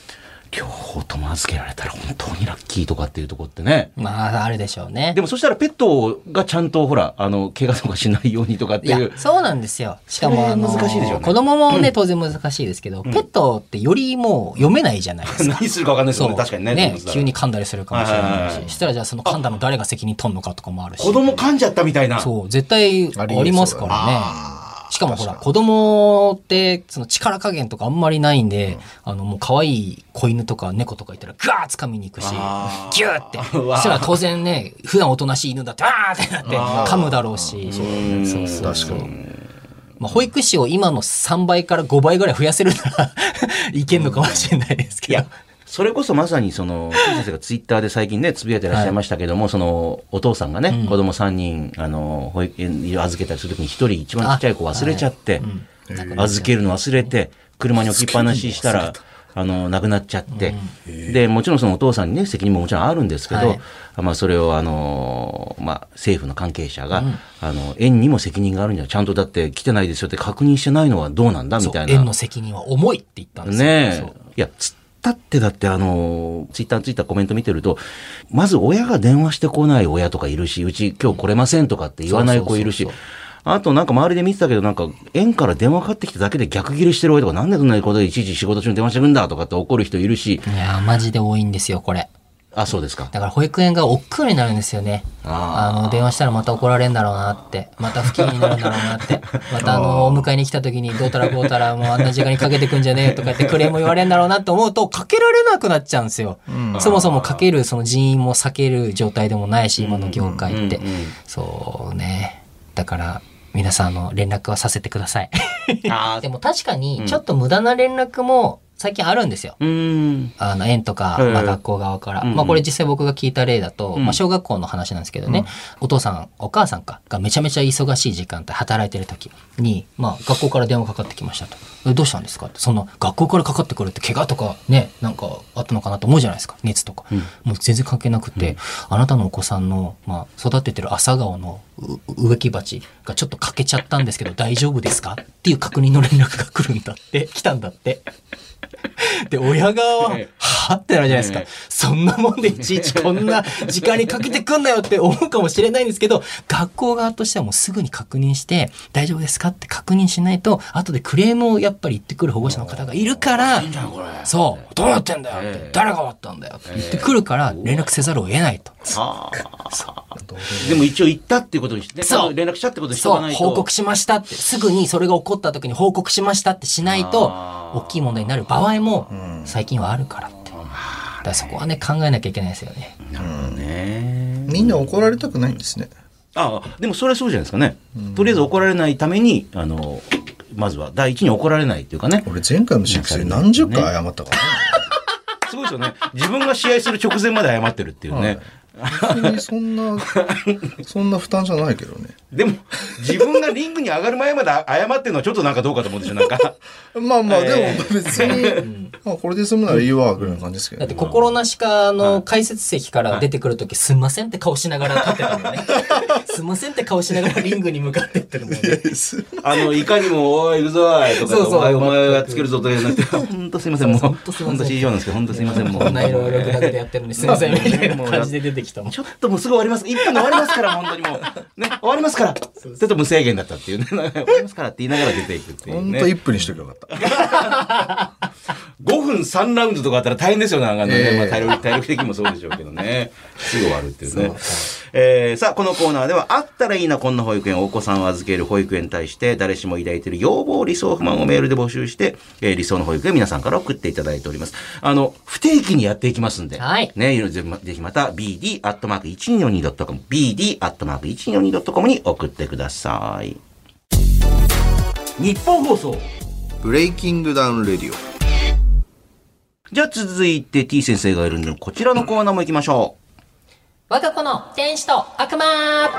両方とも預けられたら本当にラッキーとかっていうところってね。 まあ、あるでしょうね。 でもそしたらペットがちゃんとほら、怪我とかしないようにとかっていう。 いや、そうなんですよ。しかも難しいでしょうね。 子供もね、当然難しいですけど、ペットってよりもう読めないじゃないですか。 何するか分かんないですよね。確かにね。 ね、急に噛んだりするかもしれないし。そしたらじゃあその噛んだの誰が責任取るのかとかもあるし。 子供噛んじゃったみたいな。 そう、絶対ありますからね。しかもほら、子供って、その力加減とかあんまりないんで、もう可愛い子犬とか猫とかいたらガーッ掴みに行くし、ギューって。そしたら当然ね、普段おとなしい犬だって、わーってなって噛むだろうし。 そうそうそう。確かに。 まあ、保育士を今の3倍から5倍ぐらい増やせるならいけんのかもしれないですけど。 それこそまさに先生がツイッターで最近ね、つぶやいてらっしゃいましたけども、お父さんがね、子供3人、保育園に預けたりするときに1人一番ちっちゃい子忘れちゃって、預けるの忘れて、車に置きっぱなししたら、亡くなっちゃって、で、もちろんそのお父さんにね、責任ももちろんあるんですけど、まあ、それを政府の関係者が、園にも責任があるんじゃない、ちゃんとだって来てないですよって確認してないのはどうなんだみたいな。 園の責任は重いって言ったんですよ。 ねえ。いや、だってツイッターコメント見てると、まず親が電話してこない親とかいるし、うち今日来れませんとかって言わない子いるし、あとなんか周りで見てたけど、なんか園から電話かかってきただけで逆ギレしてる親とか、なんでそんなことでいちいち仕事中に電話してくんだとかって怒る人いるし。 いや、マジで多いんですよ、これ。 あ、そうですか。 だから保育園が億劫になるんですよね。電話したらまた怒られるんだろうなって。また不機嫌になるんだろうなって。またお迎えに来た時にどうたらこうたらもうあんな時間にかけてくんじゃねえとかってクレーム言われるんだろうなって思うとかけられなくなっちゃうんですよ。そもそもかけるその人員も避ける状態でもないし、今の業界って。そうね。だから皆さん連絡はさせてください。でも確かにちょっと無駄な連絡も最近あるんですよ。園とか、学校側から。まあこれ実際僕が聞いた例だと、まあ小学校の話なんですけどね、お父さん、お母さんがめちゃめちゃ忙しい時間帯、働いてる時に、まあ学校から電話かかってきましたと。どうしたんですかって。学校からかかってくるって怪我とかね、なんかあったのかなと思うじゃないですか。熱とか。もう全然関係なくて、あなたのお子さんの、まあ育ててる朝顔の植木鉢がちょっと欠けちゃったんですけど大丈夫ですかっていう確認の連絡が来るんだって、来たんだって。で、親側は、はってなるじゃないですか。そんなもんでいちいちこんな時間にかけてくんなよって思うかもしれないんですけど、学校側としてはもうすぐに確認して、大丈夫ですかって確認しないと、後でクレームをやっぱり言ってくる保護者の方がいるから、そう、どうなってんだよって、誰が終わったんだよって言ってくるから、連絡せざるを得ないと。 でも一応言ったっていうことにして、連絡したってことにしとかないと。 そう、報告しましたって、すぐにそれが起こった時に報告しましたってしないと、大きい問題になる場合も最近はあるからって。だからそこはね、考えなきゃいけないですよね。 なるほどね。 みんな怒られたくないんですね。 でもそれはそうじゃないですかね。とりあえず怒られないために、まずは第一に怒られないっていうかね。 俺前回の6で何十回謝ったかな。 すごいですよね。自分が試合する直前まで謝ってるっていうね。 そんな負担じゃないけどね。 でも、自分がリングに上がる前まで謝ってるのはちょっとなんかどうかと思うんですよ、なんか。 まあまあ、でも別に、まあこれで済むならいいわ、ぐらいの感じですけど、 だって心なしかの解説席から出てくるとき、すんませんって顔しながら立ってたもんね。すんませんって顔しながらリングに向かってってるもんね。 いかにも、おい、行くぞーとか、お前がつけるぞとかじゃなくて、ほんとすいません、もう。ほんと指示なんですけど、ほんとすいません、もう。 こんないろいろグダグダやってるのにすいません、みたいな感じで出てきたもん。 ちょっともうすぐ終わります。1分で終わりますから、本当にもう。ね、終わりますから。ちょっと無制限だったっていうね。終わりますからって言いながら出ていくっていうね。 ほんと1分にしとけばよかった。 5分3ラウンドとかあったら大変ですよね。まあ体力的にもそうでしょうけどね。すぐ終わるっていうね。さあ、このコーナーでは、あったらいいな、こんな保育園、お子さんを預ける保育園に対して、誰しも抱いている要望、理想、不満をメールで募集して、理想の保育園皆さんから送っていただいております。不定期にやっていきますんで、 はい。 ね、ぜひまた、bd@1242.com、bd@1242.com に送ってください。日本放送。 ブレイキングダウンレディオ。 じゃあ続いて T 先生がいるんで、こちらのコーナーも行きましょう。 我が子の天使と悪魔。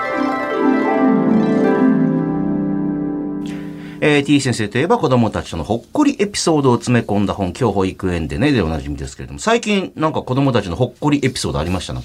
T 先生といえば子供たちとのほっこりエピソードを詰め込んだ本、今日保育園でね、でおなじみですけれども、最近なんか子供たちのほっこりエピソードありました？なんか、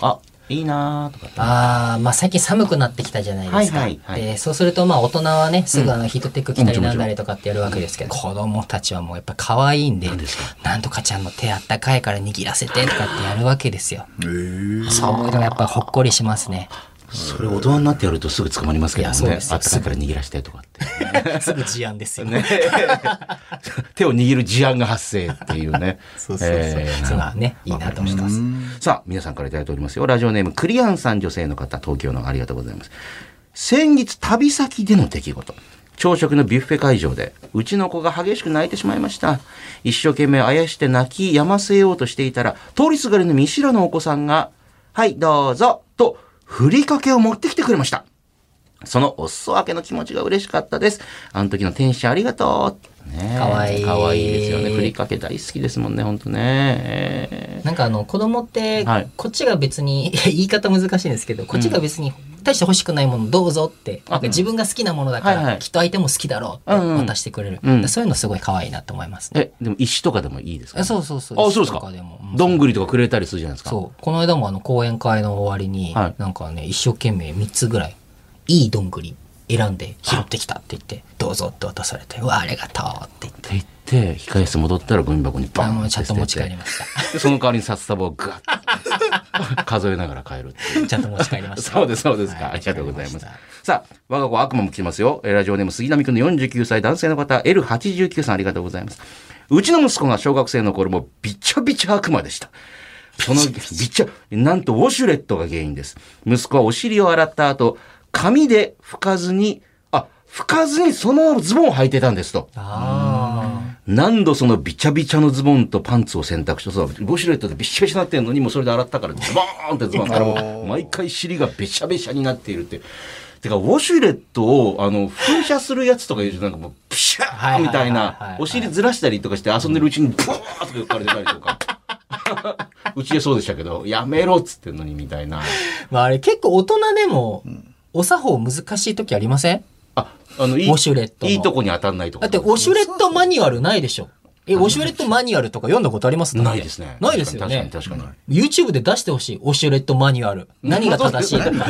いいなとかって。 まあ最近寒くなってきたじゃないですか。でそうするとまあ大人はね、すぐヒートテック着たりなんだりとかってやるわけですけど、子供たちはもうやっぱ可愛いんで、なんとかちゃんの手あったかいから握らせてとかってやるわけですよ。そういうのがやっぱほっこりしますね。 それ大人になってやるとすぐ捕まりますけどね。あったかいから握らしてとかって。 すぐ事案ですよね。手を握る事案が発生っていうね。 そうそうそう。それはね、いいなと思います。 さあ、皆さんからいただいておりますよ。ラジオネーム、クリアンさん、女性の方、東京のありがとうございます。先日、旅先での出来事。朝食のビュッフェ会場で、うちの子が激しく泣いてしまいました。一生懸命あやして泣き止ませようとしていたら、通りすがりの見知らぬお子さんが、はい、どうぞ、と、ふりかけを持ってきてくれました。そのお裾分けの気持ちが嬉しかったです。あの時の天使ありがとう。ね、 かわいい。 かわいいですよね。ふりかけ大好きですもんね、ほんとね。 なんか子供って、こっちが別に、言い方難しいんですけど、こっちが別に大して欲しくないものどうぞって、なんか自分が好きなものだから、きっと相手も好きだろうって渡してくれる。そういうのすごい可愛いなと思いますね。 でも石とかでもいいですか？ そうそうそう。 あ、そうですか。どんぐりとかくれたりするじゃないですか。 そう。この間も講演会の終わりに、なんかね、一生懸命3つぐらい、いいどんぐり選んで拾ってきたって言って、どうぞって渡されて、うわ、ありがとうって言って。 控え室戻ったらゴミ箱にバーンってちゃんと持ち帰りました。 その代わりに札束をガッと数えながら帰るっていう。 ちゃんと持ち帰りました。 そうです、そうですか。ありがとうございます。さあ、我が子悪魔も来てますよ。ラジオネーム杉並くんの49歳男性の方、L89 さんありがとうございます。うちの息子が小学生の頃もびちゃびちゃ悪魔でした。そのなんとウォシュレットが原因です。息子はお尻を洗った後、紙で拭かずにそのズボンを履いてたんですと。何度そのビチャビチャのズボンとパンツを選択して、ウォシュレットでビシャビシャになってんのにもうそれで洗ったから、ズボーンってズボンからもう毎回尻がビシャビシャになっているって。てか、ウォシュレットを、噴射するやつとか言うとなんかもう、プシャーみたいな、お尻ずらしたりとかして遊んでるうちに、ブワーッとか浮かれてたりとか。うちでそうでしたけど、やめろっつってんのにみたいな。 まああれ結構大人でも、お作法難しい時ありません？ウォシュレット。 いいとこに当たんないとか。 だって、ウォシュレットマニュアルないでしょ。ウォシュレットマニュアルとか読んだことあります？ ないですね。 ないですよね。 確かに。 YouTube で出してほしい。ウォシュレットマニュアル。何が正しいとか。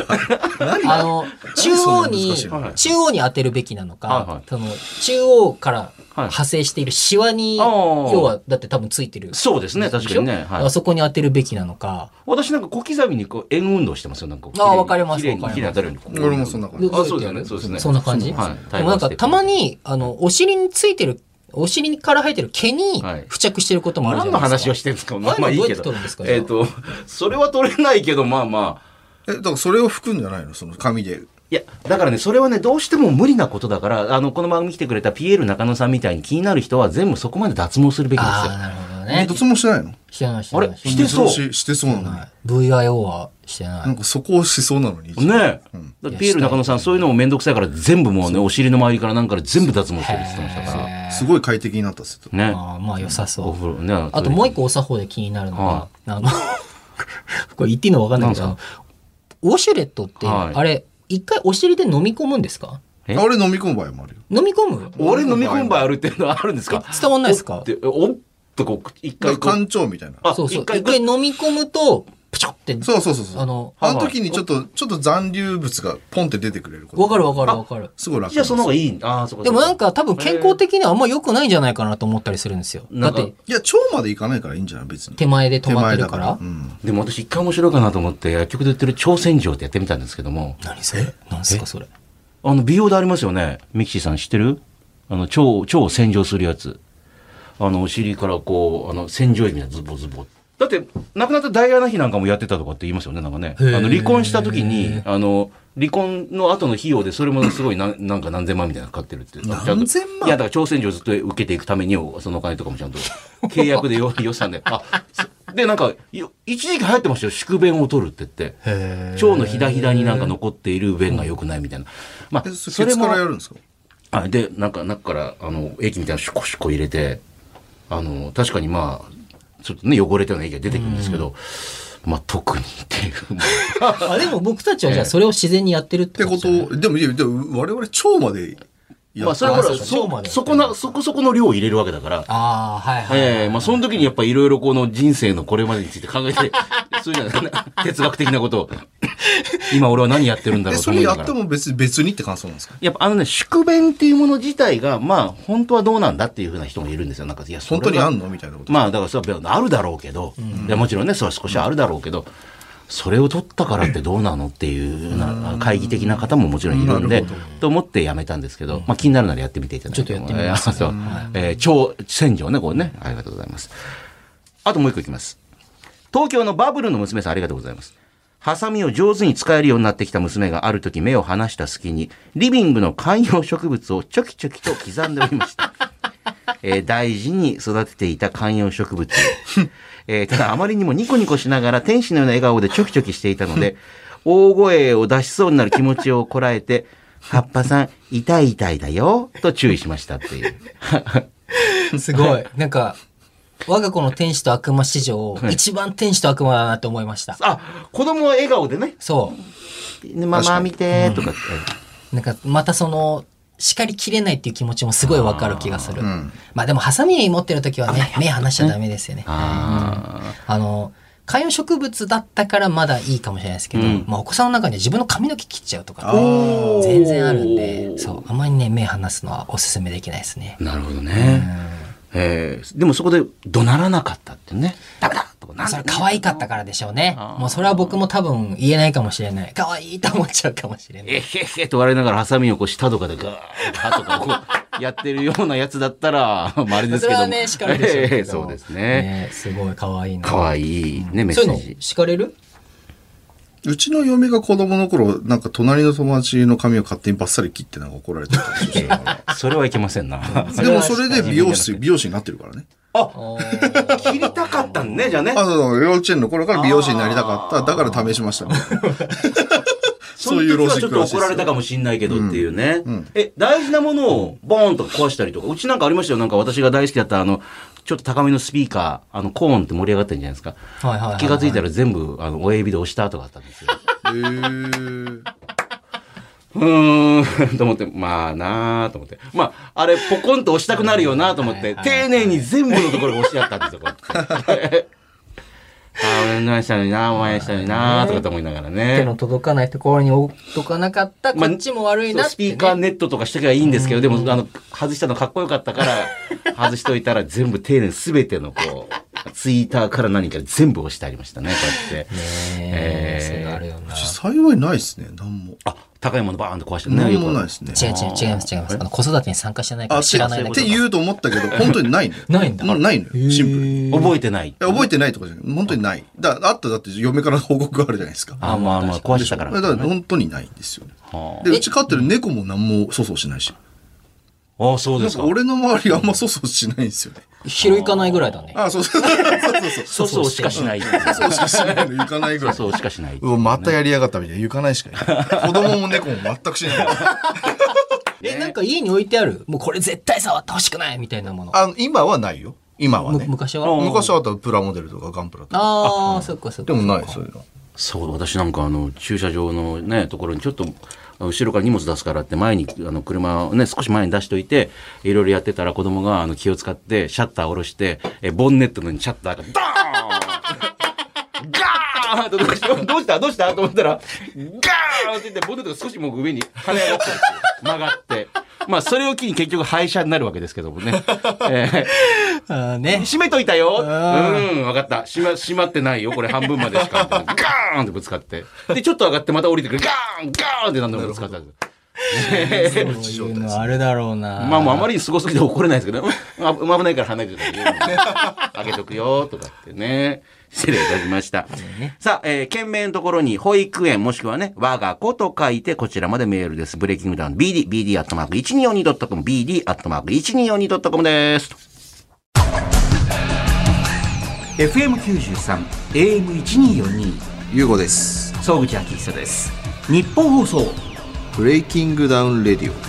中央に当てるべきなのか、中央から派生しているシワに、要は、だって多分ついてる。 そうですね、確かにね。 あそこに当てるべきなのか。 私なんか小刻みに円運動してますよ、なんか。 わかります。 きれいに当たるように。 俺もそんな感じ。 そうだよね、そうですね。 そんな感じ？でもなんかたまに、お尻についてる、お尻から生えてる毛に付着してることもあるじゃないですか。 何の話をしてるんですか？まあいいけど。 どうやって取るんですか？ それは取れないけど、まあまあ。だからそれを拭くんじゃないの？その紙で。 いや、だからね、それはね、どうしても無理なことだから、この番組来てくれたピエール中野さんみたいに気になる人は全部そこまで脱毛するべきですよ。 なるほどね。 脱毛してないの？ してない。 あれしてそう。 してそうなのに。 VIO はしてない。 なんかそこをしそうなのに。 ねえ。ピエール中野さん、そういうのもめんどくさいから全部もうね、お尻の周りからなんから全部脱毛してるって言ってましたから。 すごい快適になったっすよ。 ね。 まあ良さそう。 お風呂ね。 あともう一個お作法で気になるのが、これ言っていいのわかんないけど、ウォシュレットって、あれ、一回お尻で飲み込むんですか？ 俺飲み込む場合もあるよ。 飲み込む？ 俺飲み込む場合あるっていうのはあるんですか？ 伝わんないですか？ おっとこう、一回。 干潮みたいな。 そう。一回飲み込むと、プチョって。 そう。あの時にちょっと残留物がポンって出てくれること。 わかる。 すごい楽。 じゃあその方がいい。そうか。 でもなんか多分健康的にはあんま良くないんじゃないかなと思ったりするんですよ。だって。 いや、腸までいかないからいいんじゃない別に。 手前で止まってるから。 でも私一回面白いかなと思って、薬局で売ってる腸洗浄ってやってみたんですけども。 何それ？何すかそれ。 美容でありますよね。ミキシーさん知ってる？腸を洗浄するやつ。お尻からこう、洗浄液みたいなズボズボ。だって、亡くなったダイアナ妃なんかもやってたとかって言いますよね、なんかね。離婚した時に、離婚の後の費用でそれもすごいなんか何千万みたいなのかかってるって。 何千万？ いや、だから朝鮮女をずっと受けていくために、そのお金とかもちゃんと契約で予算で。で、なんか、一時期流行ってましたよ。宿便を取るって言って。腸のひだひだになんか残っている便が良くないみたいな。まあ、 それも。からやるんですか？ で、中から、液みたいなシュコシュコ入れて、確かにまあ、ちょっとね、汚れたような液が出てくるんですけど、まあ、特にっていう。 でも僕たちはじゃあそれを自然にやってるってこと？ でも我々腸までまあそれはほら、そこそこの量を入れるわけだから。 ああ、はいはい。 まあその時にやっぱいろいろこの人生のこれまでについて考えて、そういうの哲学的なことを、今俺は何やってるんだろうとそれやっても別にって感想なんですか？ やっぱ宿便っていうもの自体が、まあ本当はどうなんだっていうふうな人もいるんですよ。なんか、いや、 本当にあんのみたいなこと。 まあだからそれはあるだろうけど、いやもちろんね、それは少しあるだろうけど、それを取ったからってどうなのっていうような懐疑的な方ももちろんいるんで、と思ってやめたんですけど、まあ気になるならやってみていただいて。 ちょっとやってみます。 そう。超洗浄ね、これね。ありがとうございます。あともう一個いきます。東京のバブルの娘さんありがとうございます。ハサミを上手に使えるようになってきた娘がある時目を離した隙に、リビングの観葉植物をちょきちょきと刻んでおりました。大事に育てていた観葉植物を。ただあまりにもニコニコしながら天使のような笑顔でちょきちょきしていたので、大声を出しそうになる気持ちをこらえて、葉っぱさん、痛い痛いだよ、と注意しましたっていう。 すごい。なんか、我が子の天使と悪魔史上、一番天使と悪魔だなって思いました。 あ、子供は笑顔でね。 そう。 ママ見て、とかって。 なんか、また叱りきれないっていう気持ちもすごいわかる気がする。まあでも、ハサミ持ってる時はね、目離しちゃダメですよね。観葉植物だったからまだいいかもしれないですけど、まあお子さんの中には自分の髪の毛切っちゃうとか、全然あるんで、そう、あまりね、目離すのはお勧めできないですね。 なるほどね。でもそこで怒鳴らなかったってね。ダメだとかそれ可愛かったからでしょうね。もうそれは僕も多分言えないかもしれない。可愛いと思っちゃうかもしれない。 へへと笑いながらハサミをこう舌とかでガーとかこうやってるようなやつだったら、まああれですけど。 それはね、叱るでしょうけど。 そうですね。 すごい可愛いな。 可愛いね、メッセージ。 そういうの叱れる？ うちの嫁が子供の頃、なんか隣の友達の髪を勝手にバッサリ切ってなんか怒られてたんですよ。 それはいけませんな。 でもそれで美容師になってるからね。 あ、切りたかったんね、じゃあね。 そう、幼稚園の頃から美容師になりたかった。だから試しましたね。 そういうロジック。ちょっと怒られたかもしんないけどっていうね。大事なものをボーンと壊したりとか、うちなんかありましたよ。なんか私が大好きだったちょっと高めのスピーカー、コーンって盛り上がってるんじゃないですか。気がついたら全部、親指で押した跡があったんですよ。と思って、まあなーと思って。まあ、あれ、ポコンと押したくなるよなと思って、丁寧に全部のところが押してあったんですよ、こうやって。俺のしたのにな、お前したのにな、とかと思いながらね。 手の届かないところに置っとかなかった、こっちも悪いなって、ね。 スピーカーネットとかしとけばいいんですけど、でも、外したのかっこよかったから、外しといたら全部丁寧に全てのこう、ツイッターから何か全部押してありましたね、こうやって。 それあるよな。 幸いないですね、なんも。 あ、高いものバーンと壊してね。 なんもないですね。 違います。子育てに参加してないから知らないだけ。 って言うと思ったけど、本当にないんだよ。 ないんだ。 ないのよ。シンプル。 覚えてない。 覚えてないとかじゃない。本当にない。あって嫁から報告があるじゃないですか。 まあ壊したから。 だから本当にないんですよね。で、うち飼ってる猫も何も粗相しないし。 ああ、そうですか。 俺の周りあんま粗相しないんですよね。 拾いかないぐらいだね。 粗相しかしない。 粗相しかしないの行かないぐらい。 粗相しかしない。 またやりやがったみたいな行かないしかない。子供も猫も全くしない。 なんか家に置いてあるもうこれ絶対触ってほしくないみたいなもの。 今はないよ。今はね。 昔はプラモデルとかガンプラとか。 ああ、そっか。 でもない、そういうの。 そう、私なんか駐車場のね、ところにちょっと、後ろから荷物出すからって前に車をね少し前に出しといていろいろやってたら子供が気を使ってシャッター下ろしてボンネットのにシャッターがドーンガーンとどうしたと思ったらガーンって言ってボンネットが少しもう上に跳ね上がってるんですよ曲がってまあそれを機に結局廃車になるわけですけどもね閉めといたよ分かった閉まってないよこれ半分までしかガーンってぶつかってでちょっと上がってまた降りてくるガーンって何度もぶつかったんですそういうのあるだろうな。 まあもうあまりにすごすぎて怒れないですけど、危ないから離れてたらあげとくよとかってね。失礼いたしました。さあ、件名のところに保育園もしくはね、我が子と書いてこちらまでメールです。ブレイキングダウン BD、BD@1242.com、BD@1242.com です。FM93、AM1242。 ゆうごです。 総口昭久です。日本放送。 ブレイキングダウンレディオ。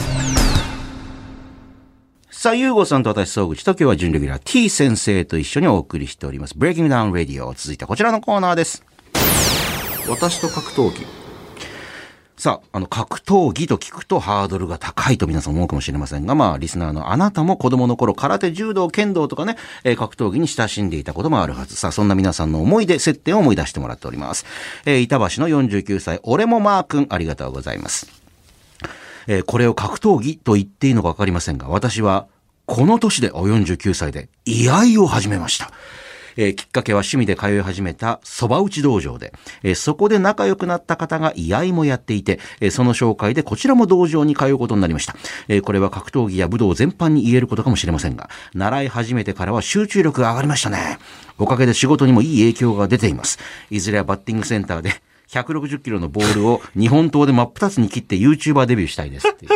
さあ、ゆうごさんと私、総口と今日は準レギュラー T 先生と一緒にお送りしております。ブレイキングダウンレディオ。続いてこちらのコーナーです。 私と格闘技。 さあ、格闘技と聞くとハードルが高いと皆さん思うかもしれませんが、リスナーのあなたも子供の頃、空手、柔道、剣道とかね、格闘技に親しんでいたこともあるはず。さあ、そんな皆さんの思い出、接点を思い出してもらっております。板橋の49歳、俺もマー君、ありがとうございます。これを格闘技と言っていいのかわかりませんが、私は、この年で、49歳で、居合を始めました。きっかけは趣味で通い始めた蕎麦打ち道場で、そこで仲良くなった方が居合もやっていて、その紹介でこちらも道場に通うことになりました。これは格闘技や武道全般に言えることかもしれませんが、習い始めてからは集中力が上がりましたね。おかげで仕事にもいい影響が出ています。いずれはバッティングセンターで160キロのボールを日本刀で真っ二つに切って YouTuber デビューしたいですっていう。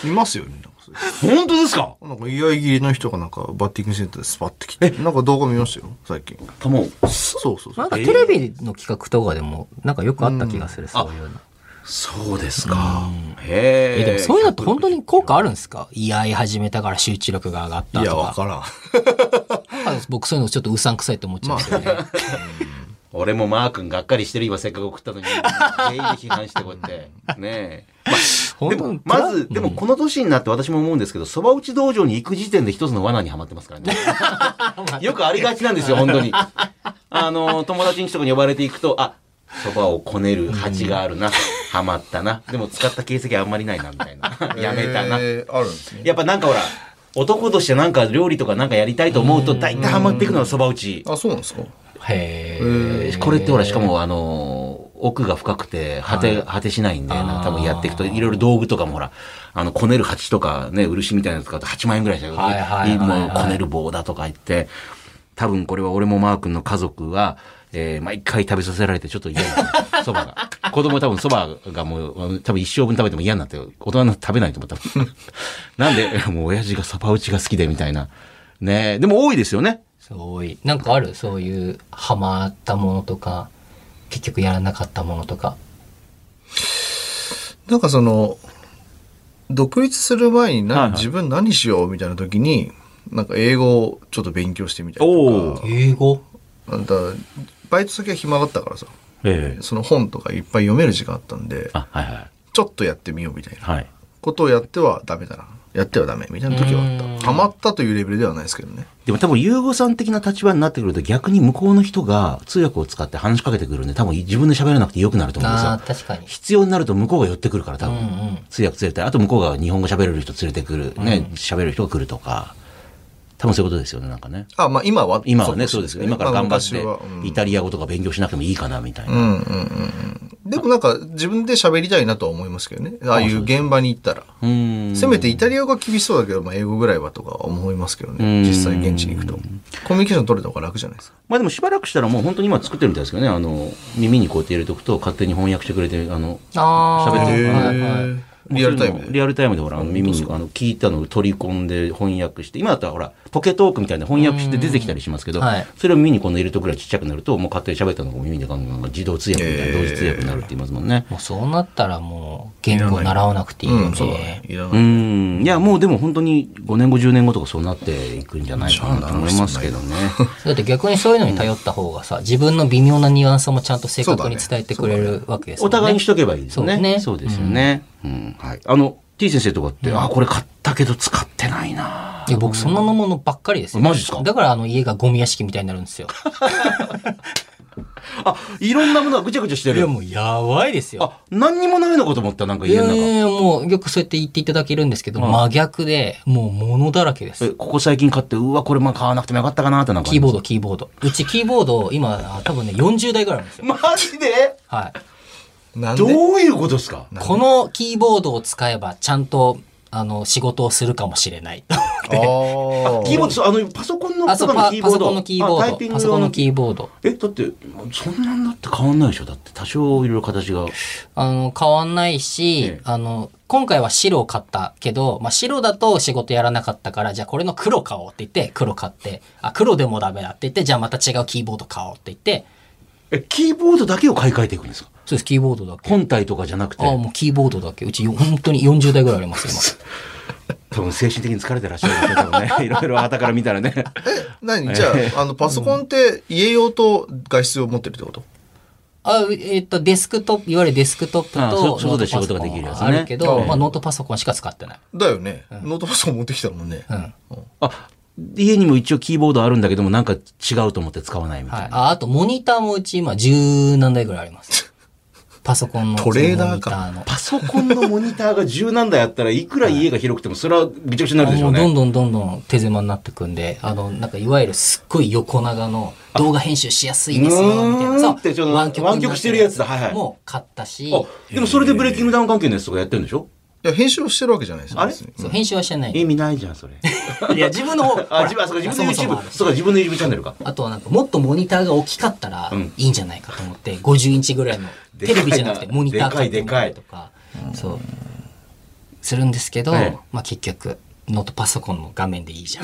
いますよね。 本当ですか？ なんか居合切りの人がなんかバッティングセンターでスパッて来て、なんか動画見ましたよ最近。そう。 なんかテレビの企画とかでもなんかよくあった気がする、そういうの。 そうですか。 でもそういうのって本当に効果あるんですか？居合始めたから集中力が上がったとか。 いや、わからん。 僕そういうのちょっとうさんくさいって思っちゃうんですよね。 俺もマー君がっかりしてる今せっかく送ったのに全員で批判してこうやってねえ、でもまずでもこの年になって私も思うんですけど、蕎麦打ち道場に行く時点で一つの罠にはまってますからねよくありがちなんですよ本当に。友達ん家とかに呼ばれていくと、蕎麦をこねる鉢があるな、はまったな、でも使った形跡あんまりないなみたいなやめたな、 あるんですね。 やっぱなんかほら男としてなんか料理とかなんかやりたいと思うと大体ハマっていくのは蕎麦打ち。 そうなんですか。 これってほらしかも奥が深くて果てしないんで、多分やっていくといろいろ道具とかもほらこねる鉢とかね、漆みたいなの使うと8万円ぐらいしたよ、もうこねる棒だとか言って、多分これは俺もマー君の家族は、毎回食べさせられてちょっと嫌になってそばが子供多分そばがもう多分一生分食べても嫌になって大人になって食べないと思ったなんでもう親父がそば打ちが好きでみたいなね。でも多いですよね。 多い。なんかある？そういうハマったものとか結局やらなかったものとか。 なんか独立する前に自分何しようみたいな時に、なんか英語をちょっと勉強してみたりとか。 英語？ バイト先は暇だったからさ、その本とかいっぱい読める時間あったんで、ちょっとやってみようみたいなことをやってはダメだな、やってはダメみたいな時はあった。ハマったというレベルではないですけどね。 でも多分ユーゴさん的な立場になってくると逆に向こうの人が通訳を使って話しかけてくるんで、多分自分で喋らなくてよくなると思うんですよ。 確かに。 必要になると向こうが寄ってくるから多分、通訳連れて、あと向こうが日本語喋れる人連れてくるね、喋る人が来るとか。多分そういうことですよね、なんかね。 今はね、そうですよ。今から頑張ってイタリア語とか勉強しなくてもいいかなみたいな。 でもなんか自分で喋りたいなとは思いますけどね。ああいう現場に行ったら。せめてイタリア語が厳しそうだけど、英語ぐらいはとか思いますけどね。実際現地に行くと。コミュニケーション取れた方が楽じゃないですか。 でもしばらくしたらもう本当に今作ってるみたいですけどね。耳にこうやって入れておくと勝手に翻訳してくれて、喋ってる。リアルタイムでほら耳に聞いたのを取り込んで翻訳して、今だったらほらポケトークみたいな翻訳して出てきたりしますけど、それを耳にこの入れとくぐらいちっちゃくなるともう勝手に喋ったのが耳でガンガン自動通訳みたいな同時通訳になるって言いますもんね。 もうそうなったらもう言語習わなくていいよね。 いやもうでも本当に5年後10年後とかそうなっていくんじゃないかなと思いますけどね。 だって逆にそういうのに頼った方がさ、自分の微妙なニュアンスもちゃんと正確に伝えてくれるわけですよね。 お互いにしとけばいいですよね。そうですよね。はい。T 先生とかって、これ買ったけど使ってないな。 いや、僕そんなものばっかりですよ。 マジですか？ だから家がゴミ屋敷みたいになるんですよ。 いろんなものがぐちゃぐちゃしてる。 いや、もうやばいですよ。 何にもないのかと思った、なんか家の中。 もうよくそうやって言っていただけるんですけど、真逆で、もう物だらけです。 ここ最近買って、これ買わなくてもよかったかなってなんか。 キーボード。うちキーボード、今、多分ね、40台ぐらいあるんですよ。 マジで？ はい。 どういうことですか？ このキーボードを使えば、ちゃんと、仕事をするかもしれない。 キーボード、パソコンのキーボード。 パソコンのキーボード。パソコンのキーボード。 だって、そんなんだって変わんないでしょ？だって多少いろいろ形が。 変わんないし、今回は白を買ったけど、白だと仕事やらなかったから、じゃあこれの黒買おうって言って、黒買って、黒でもダメだって言って、じゃあまた違うキーボード買おうって言って、 キーボードだけを買い替えていくんですか？ そうです、キーボードだけ。 本体とかじゃなくて。 もうキーボードだけ。うち本当に40台ぐらいありますよ、 今。多分精神的に疲れてらっしゃるんですよ、多分ね。いろいろ旗から見たらね。 何じゃあ、パソコンって家用と外出用持ってるってこと？ デスクトップ、いわゆるデスクトップと、 外で仕事ができるやつね。 あるけど、まあノートパソコンしか使ってない。 だよね。ノートパソコン持ってきたもんね。 家にも一応キーボードあるんだけども、なんか違うと思って使わないみたいな。 あとモニターもうち今10何台ぐらいあります。パソコンのトレーダーか。 パソコンのモニターが10何台あったらいくら家が広くてもそれはめちゃくちゃになるでしょうね。 どんどん手狭になってくんで、なんかいわゆるすっごい横長の動画編集しやすいですよ、みたいな。そうってちょっと湾曲してるやつだ。はいはい。 もう買ったし。 でもそれでブレイキングダウン関係のやつとかやってるんでしょ？ いや、編集をしてるわけじゃないですよ。 あれそう、編集はしてない。 意味ないじゃん、それ。 いや、自分の方。 自分の YouTube。そうか、自分の YouTube チャンネルか。 あとはなんか、もっとモニターが大きかったらいいんじゃないかと思って、50インチぐらいの、テレビじゃなくてモニター買ってみたりとか、そう、するんですけど、まあ結局、ノートパソコンの画面でいいじゃん。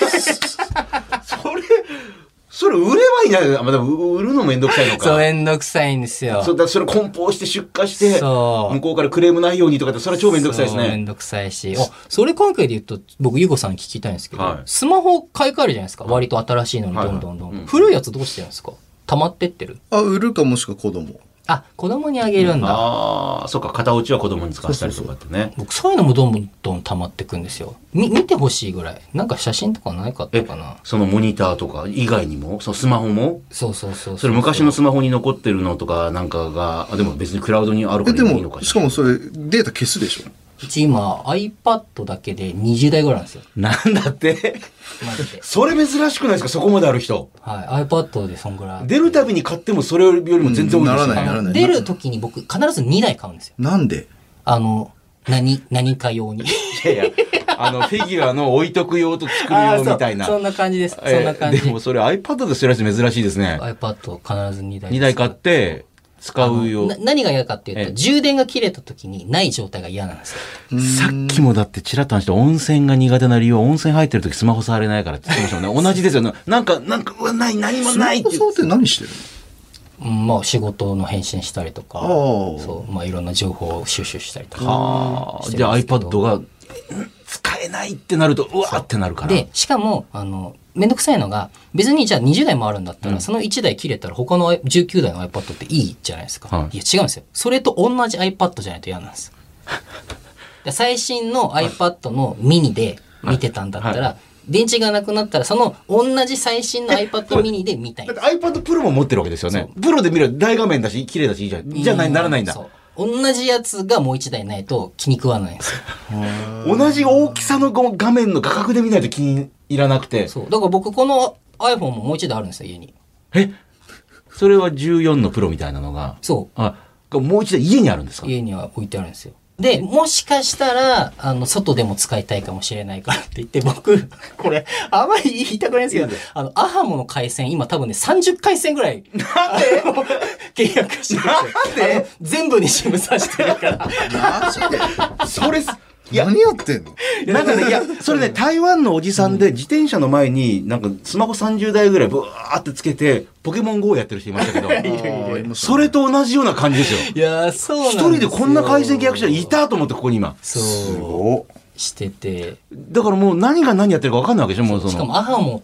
それ売ればいいんじゃないですか。でも売るのめんどくさいのか。 そう、めんどくさいんですよ。 それ梱包して出荷して、向こうからクレームないようにとかって、それは超めんどくさいですね。 めんどくさいし。それ関係で言うと、僕、ゆうごさんに聞きたいんですけど、スマホ買い替えるじゃないですか。割と新しいのにどんどん。古いやつどうしてるんですか？溜まってってる？ 売るかもしくは子供。 子供にあげるんだ。 そっか、片落ちは子供に使ったりとかってね。 僕、そういうのもどんどん溜まってくんですよ。見てほしいぐらい。なんか写真とかないかったかな。 そのモニターとか以外にも、そのスマホもそう。 それ昔のスマホに残ってるのとかなんかが、でも別にクラウドにあるからいいのかしかもそれ、データ消すでしょ？ うち今 iPad だけで20台ぐらいなんですよ。 なんだってマジで。 それ珍しくないですか？そこまである人。 はい。iPad でそんぐらい。 出るたびに買ってもそれよりも全然多いですならない。 出る時に僕必ず2台買うんですよ。 なんで？ 何か用に。 いやフィギュアの置いとく用と作る用みたいな。 そんな感じです。そんな感じ。 でもそれ iPad でするやつ珍しいですね。 iPad 必ず2台。 2台買って、使うよ。 何が嫌かっていうと、充電が切れた時にない状態が嫌なんですよ。 さっきもだってチラッと話して温泉が苦手な理由は温泉入ってる時スマホ触れないからって言ってましたもんね。同じですよね。なんか、何もないって。 スマホって何してるの？ まあ仕事の返信したりとか、そう、まあいろんな情報を収集したりとか。 じゃあ iPad が使えないってなると、うわーってなるから。 で、しかも、めんどくさいのが、別にじゃあ20台もあるんだったら、その1台切れたら他の19台の iPad っていいじゃないですか。いや、違うんですよ。それと同じ iPad じゃないと嫌なんです。最新の iPad のミニで見てたんだったら、電池がなくなったら、その同じ最新の iPad ミニで見たい。 だって iPad Pro も持ってるわけですよね。プロで見る大画面だし、綺麗だしいいじゃん。じゃならないんだ。そう。 同じやつがもう1台ないと気に食わないんですよ。 同じ大きさの画面の画角で見ないと気に入らなくて。 そう。だから僕この iPhone ももう1台あるんですよ、家に。 それは14のプロみたいなのが。 そう。 もう1台家にあるんですか？ 家には置いてあるんですよ。で、もしかしたら、外でも使いたいかもしれないからって言って、僕、これ、あまり言いたくないんですけど、アハモの回線、今多分ね、30回線ぐらい、契約してる。なんで全部にシムさしてるから。 マジで？ それ、 何やってんの？ なんかね、それね、台湾のおじさんで自転車の前に、なんかスマホ30台ぐらいブワーってつけて、ポケモン GO やってる人いましたけど、それと同じような感じですよ。 いやー、そうなんですよ。 一人でこんな回線契約者いたと思って、ここに今。 そう。してて。 だからもう何が何やってるか分かんないわけでしょ、もうその。 しかもアハモって、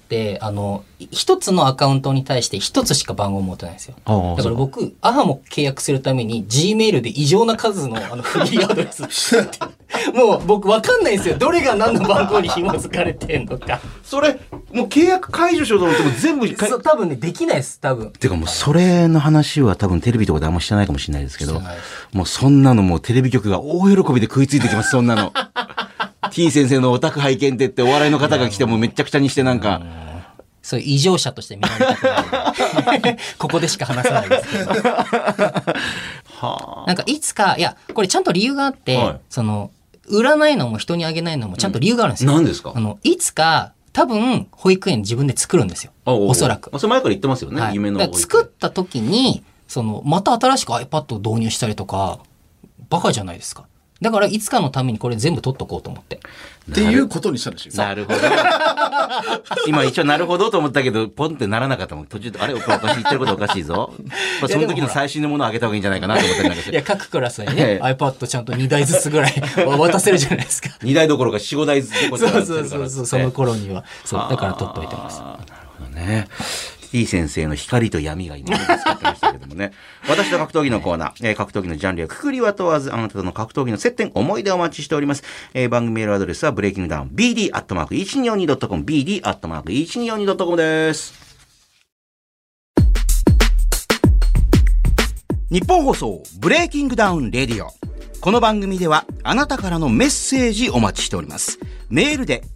一つのアカウントに対して一つしか番号持ってないんですよ。だから僕、アハモ契約するために Gmail で異常な数のフリーアドレスもう僕分かんないんですよ。どれが何の番号に紐づかれてんのか。 それ、もう契約解除しようと思っても全部そう、多分ね、できないです、多分。 てかもうそれの話は多分テレビとかであんましてないかもしれないですけど、もうそんなのもうテレビ局が大喜びで食いついてきます、そんなの。T 先生のオタク拝見って言ってお笑いの方が来てもめっちゃくちゃにしてなんか。 そういう異常者として見られたくない。ここでしか話さないですけど。なんかいつか、いや、これちゃんと理由があって、売らないのも人にあげないのもちゃんと理由があるんですよ。 何ですか？ いつか、多分、保育園自分で作るんですよ。おそらく。 それ前から言ってますよね、夢の保育園。 作った時に、また新しく iPad を導入したりとか、バカじゃないですか。だから、いつかのためにこれ全部取っとこうと思って。 っていうことにしたんですよ。 なるほど。今一応なるほどと思ったけど、ポンってならなかったもん。途中で、あれおかしい、言ってることおかしいぞ。その時の最新のものをあげた方がいいんじゃないかなと思ってるんだけど。 いや、各クラスにね、iPad ちゃんと2台ずつぐらい渡せるじゃないですか。 2台どころか4、5台ずつそう、その頃には。そう、だから取っといてます。 なるほどね。 T 先生の光と闇が今使ってましたけどもね。私と格闘技のコーナー、格闘技のジャンルやくくりは問わず、あなたとの格闘技の接点、思い出をお待ちしております。番組メールアドレスはブレイキングダウン BD@1242.com BD@1242.com です。日本放送ブレイキングダウンレディオ。この番組ではあなたからのメッセージお待ちしております。メールで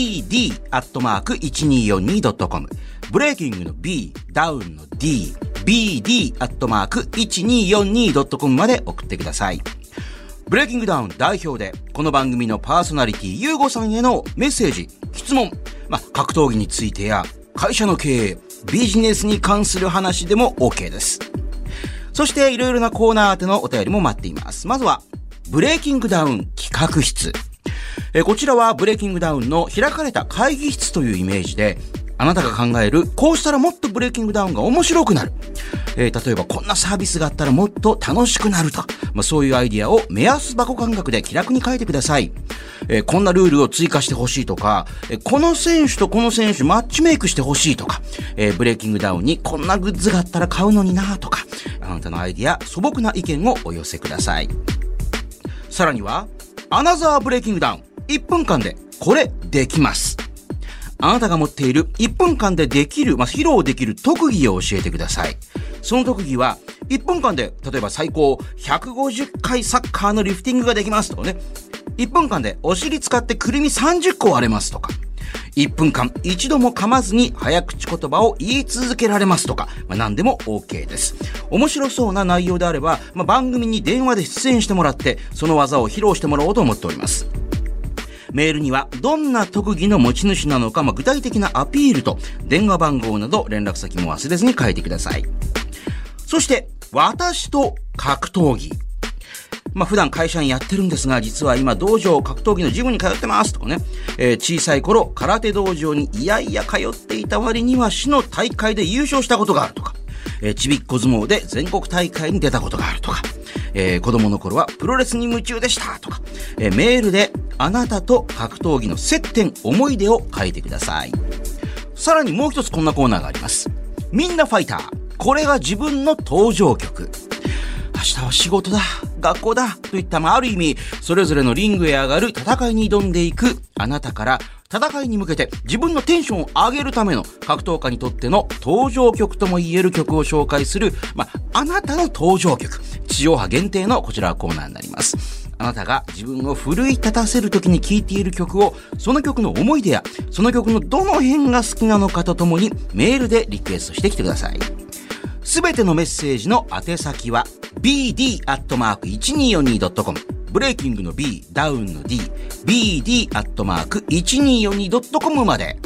BD@1242.com ブレイキングの B、ダウンの D、BD@1242.com まで送ってください。ブレイキングダウン代表でこの番組のパーソナリティゆうごさんへのメッセージ、質問、格闘技についてや会社の経営、ビジネスに関する話でも OK です。そしていろいろなコーナー宛てのお便りも待っています。まずはブレイキングダウン企画室。こちらはブレイキングダウンの開かれた会議室というイメージで、あなたが考えるこうしたらもっとブレイキングダウンが面白くなる、例えばこんなサービスがあったらもっと楽しくなると、そういうアイディアを目安箱感覚で気楽に書いてください。こんなルールを追加してほしいとか、この選手とこの選手マッチメイクしてほしいとか、ブレイキングダウンにこんなグッズがあったら買うのになとか、あなたのアイディア、素朴な意見をお寄せください。さらにはアナザーブレイキングダウン、1分間でこれできます。あなたが持っている1分間でできる、披露できる特技を教えてください。その特技は1分間で例えば最高150回サッカーのリフティングができますとかね、1分間でお尻使ってくるみ30個割れますとか、1分間一度も噛まずに早口言葉を言い続けられますとか、何でも OK です。面白そうな内容であれば、番組に電話で出演してもらってその技を披露してもらおうと思っております。メールにはどんな特技の持ち主なのか、具体的なアピールと電話番号など連絡先も忘れずに書いてください。そして私と格闘技、普段会社にやってるんですが、実は今道場格闘技のジムに通ってますとかね、小さい頃空手道場にいやいや通っていた割には市の大会で優勝したことがあるとか、ちびっこ相撲で全国大会に出たことがあるとか、子供の頃はプロレスに夢中でしたとか、メールであなたと格闘技の接点、思い出を書いてください。さらにもう一つこんなコーナーがあります。みんなファイター。これが自分の登場曲。明日は仕事だ、学校だといったある意味それぞれのリングへ上がる戦いに挑んでいくあなたから、戦いに向けて自分のテンションを上げるための格闘家にとっての登場曲とも言える曲を紹介する、あなたの登場曲、地上波限定のこちらはコーナーになります。あなたが自分を奮い立たせる時に聴いている曲を、その曲の思い出やその曲のどの辺が好きなのかとともにメールでリクエストしてきてください。すべてのメッセージの宛先は BD@1242.com、 ブレイキングの B、ダウンの D、 BD@1242.com まで。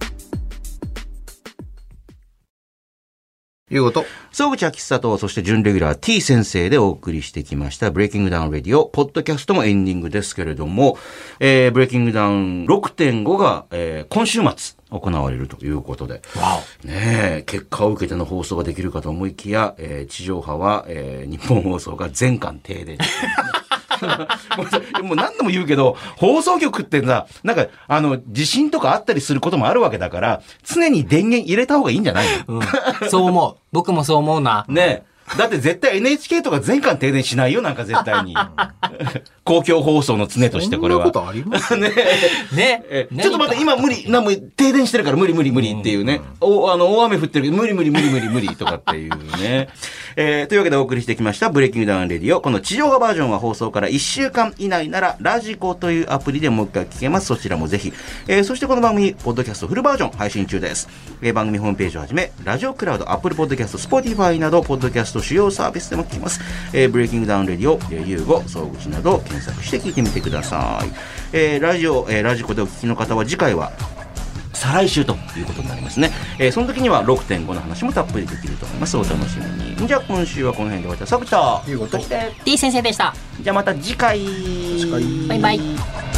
いうこと。 総口昭久と、そして準レギュラー T 先生でお送りしてきましたブレイキングダウンレディオ、ポッドキャストもエンディングですけれども、ブレイキングダウン 6.5 が、今週末行われるということで、ねえ、結果を受けての放送ができるかと思いきや、地上波は、日本放送が全館停電もう何度も言うけど、放送局ってさ、地震とかあったりすることもあるわけだから、常に電源入れた方がいいんじゃないの？ そう思う。僕もそう思うな。 ねえ。だって絶対 NHK とか全館停電しないよ、絶対に。公共放送の常としてこれは。 そんなことありますね。 ね。 ちょっと待って、今無理。停電してるから無理っていうね。大雨降ってるけど無理とかっていうね。というわけでお送りしてきましたブレイキングダウンレディオ。この地上波バージョンは放送から1週間以内ならラジコというアプリでもう一回聞けます。そちらもぜひ。そしてこの番組、ポッドキャストフルバージョン配信中です。番組ホームページをはじめ、ラジオクラウド、アップルポッドキャスト、スポティファイなど、ポッドキャスト主要サービスでも聞きます。ブレイキングダウンレディオ、ユーゴ、総口など検索して聞いてみてください。ラジコでお聞きの方は次回は再来週ということになりますね。その時には 6.5 の話もたっぷりできると思います。お楽しみに。じゃあ今週はこの辺で終わった。さくちゃん、 そして T 先生でした。 じゃあまた次回。 バイバイ。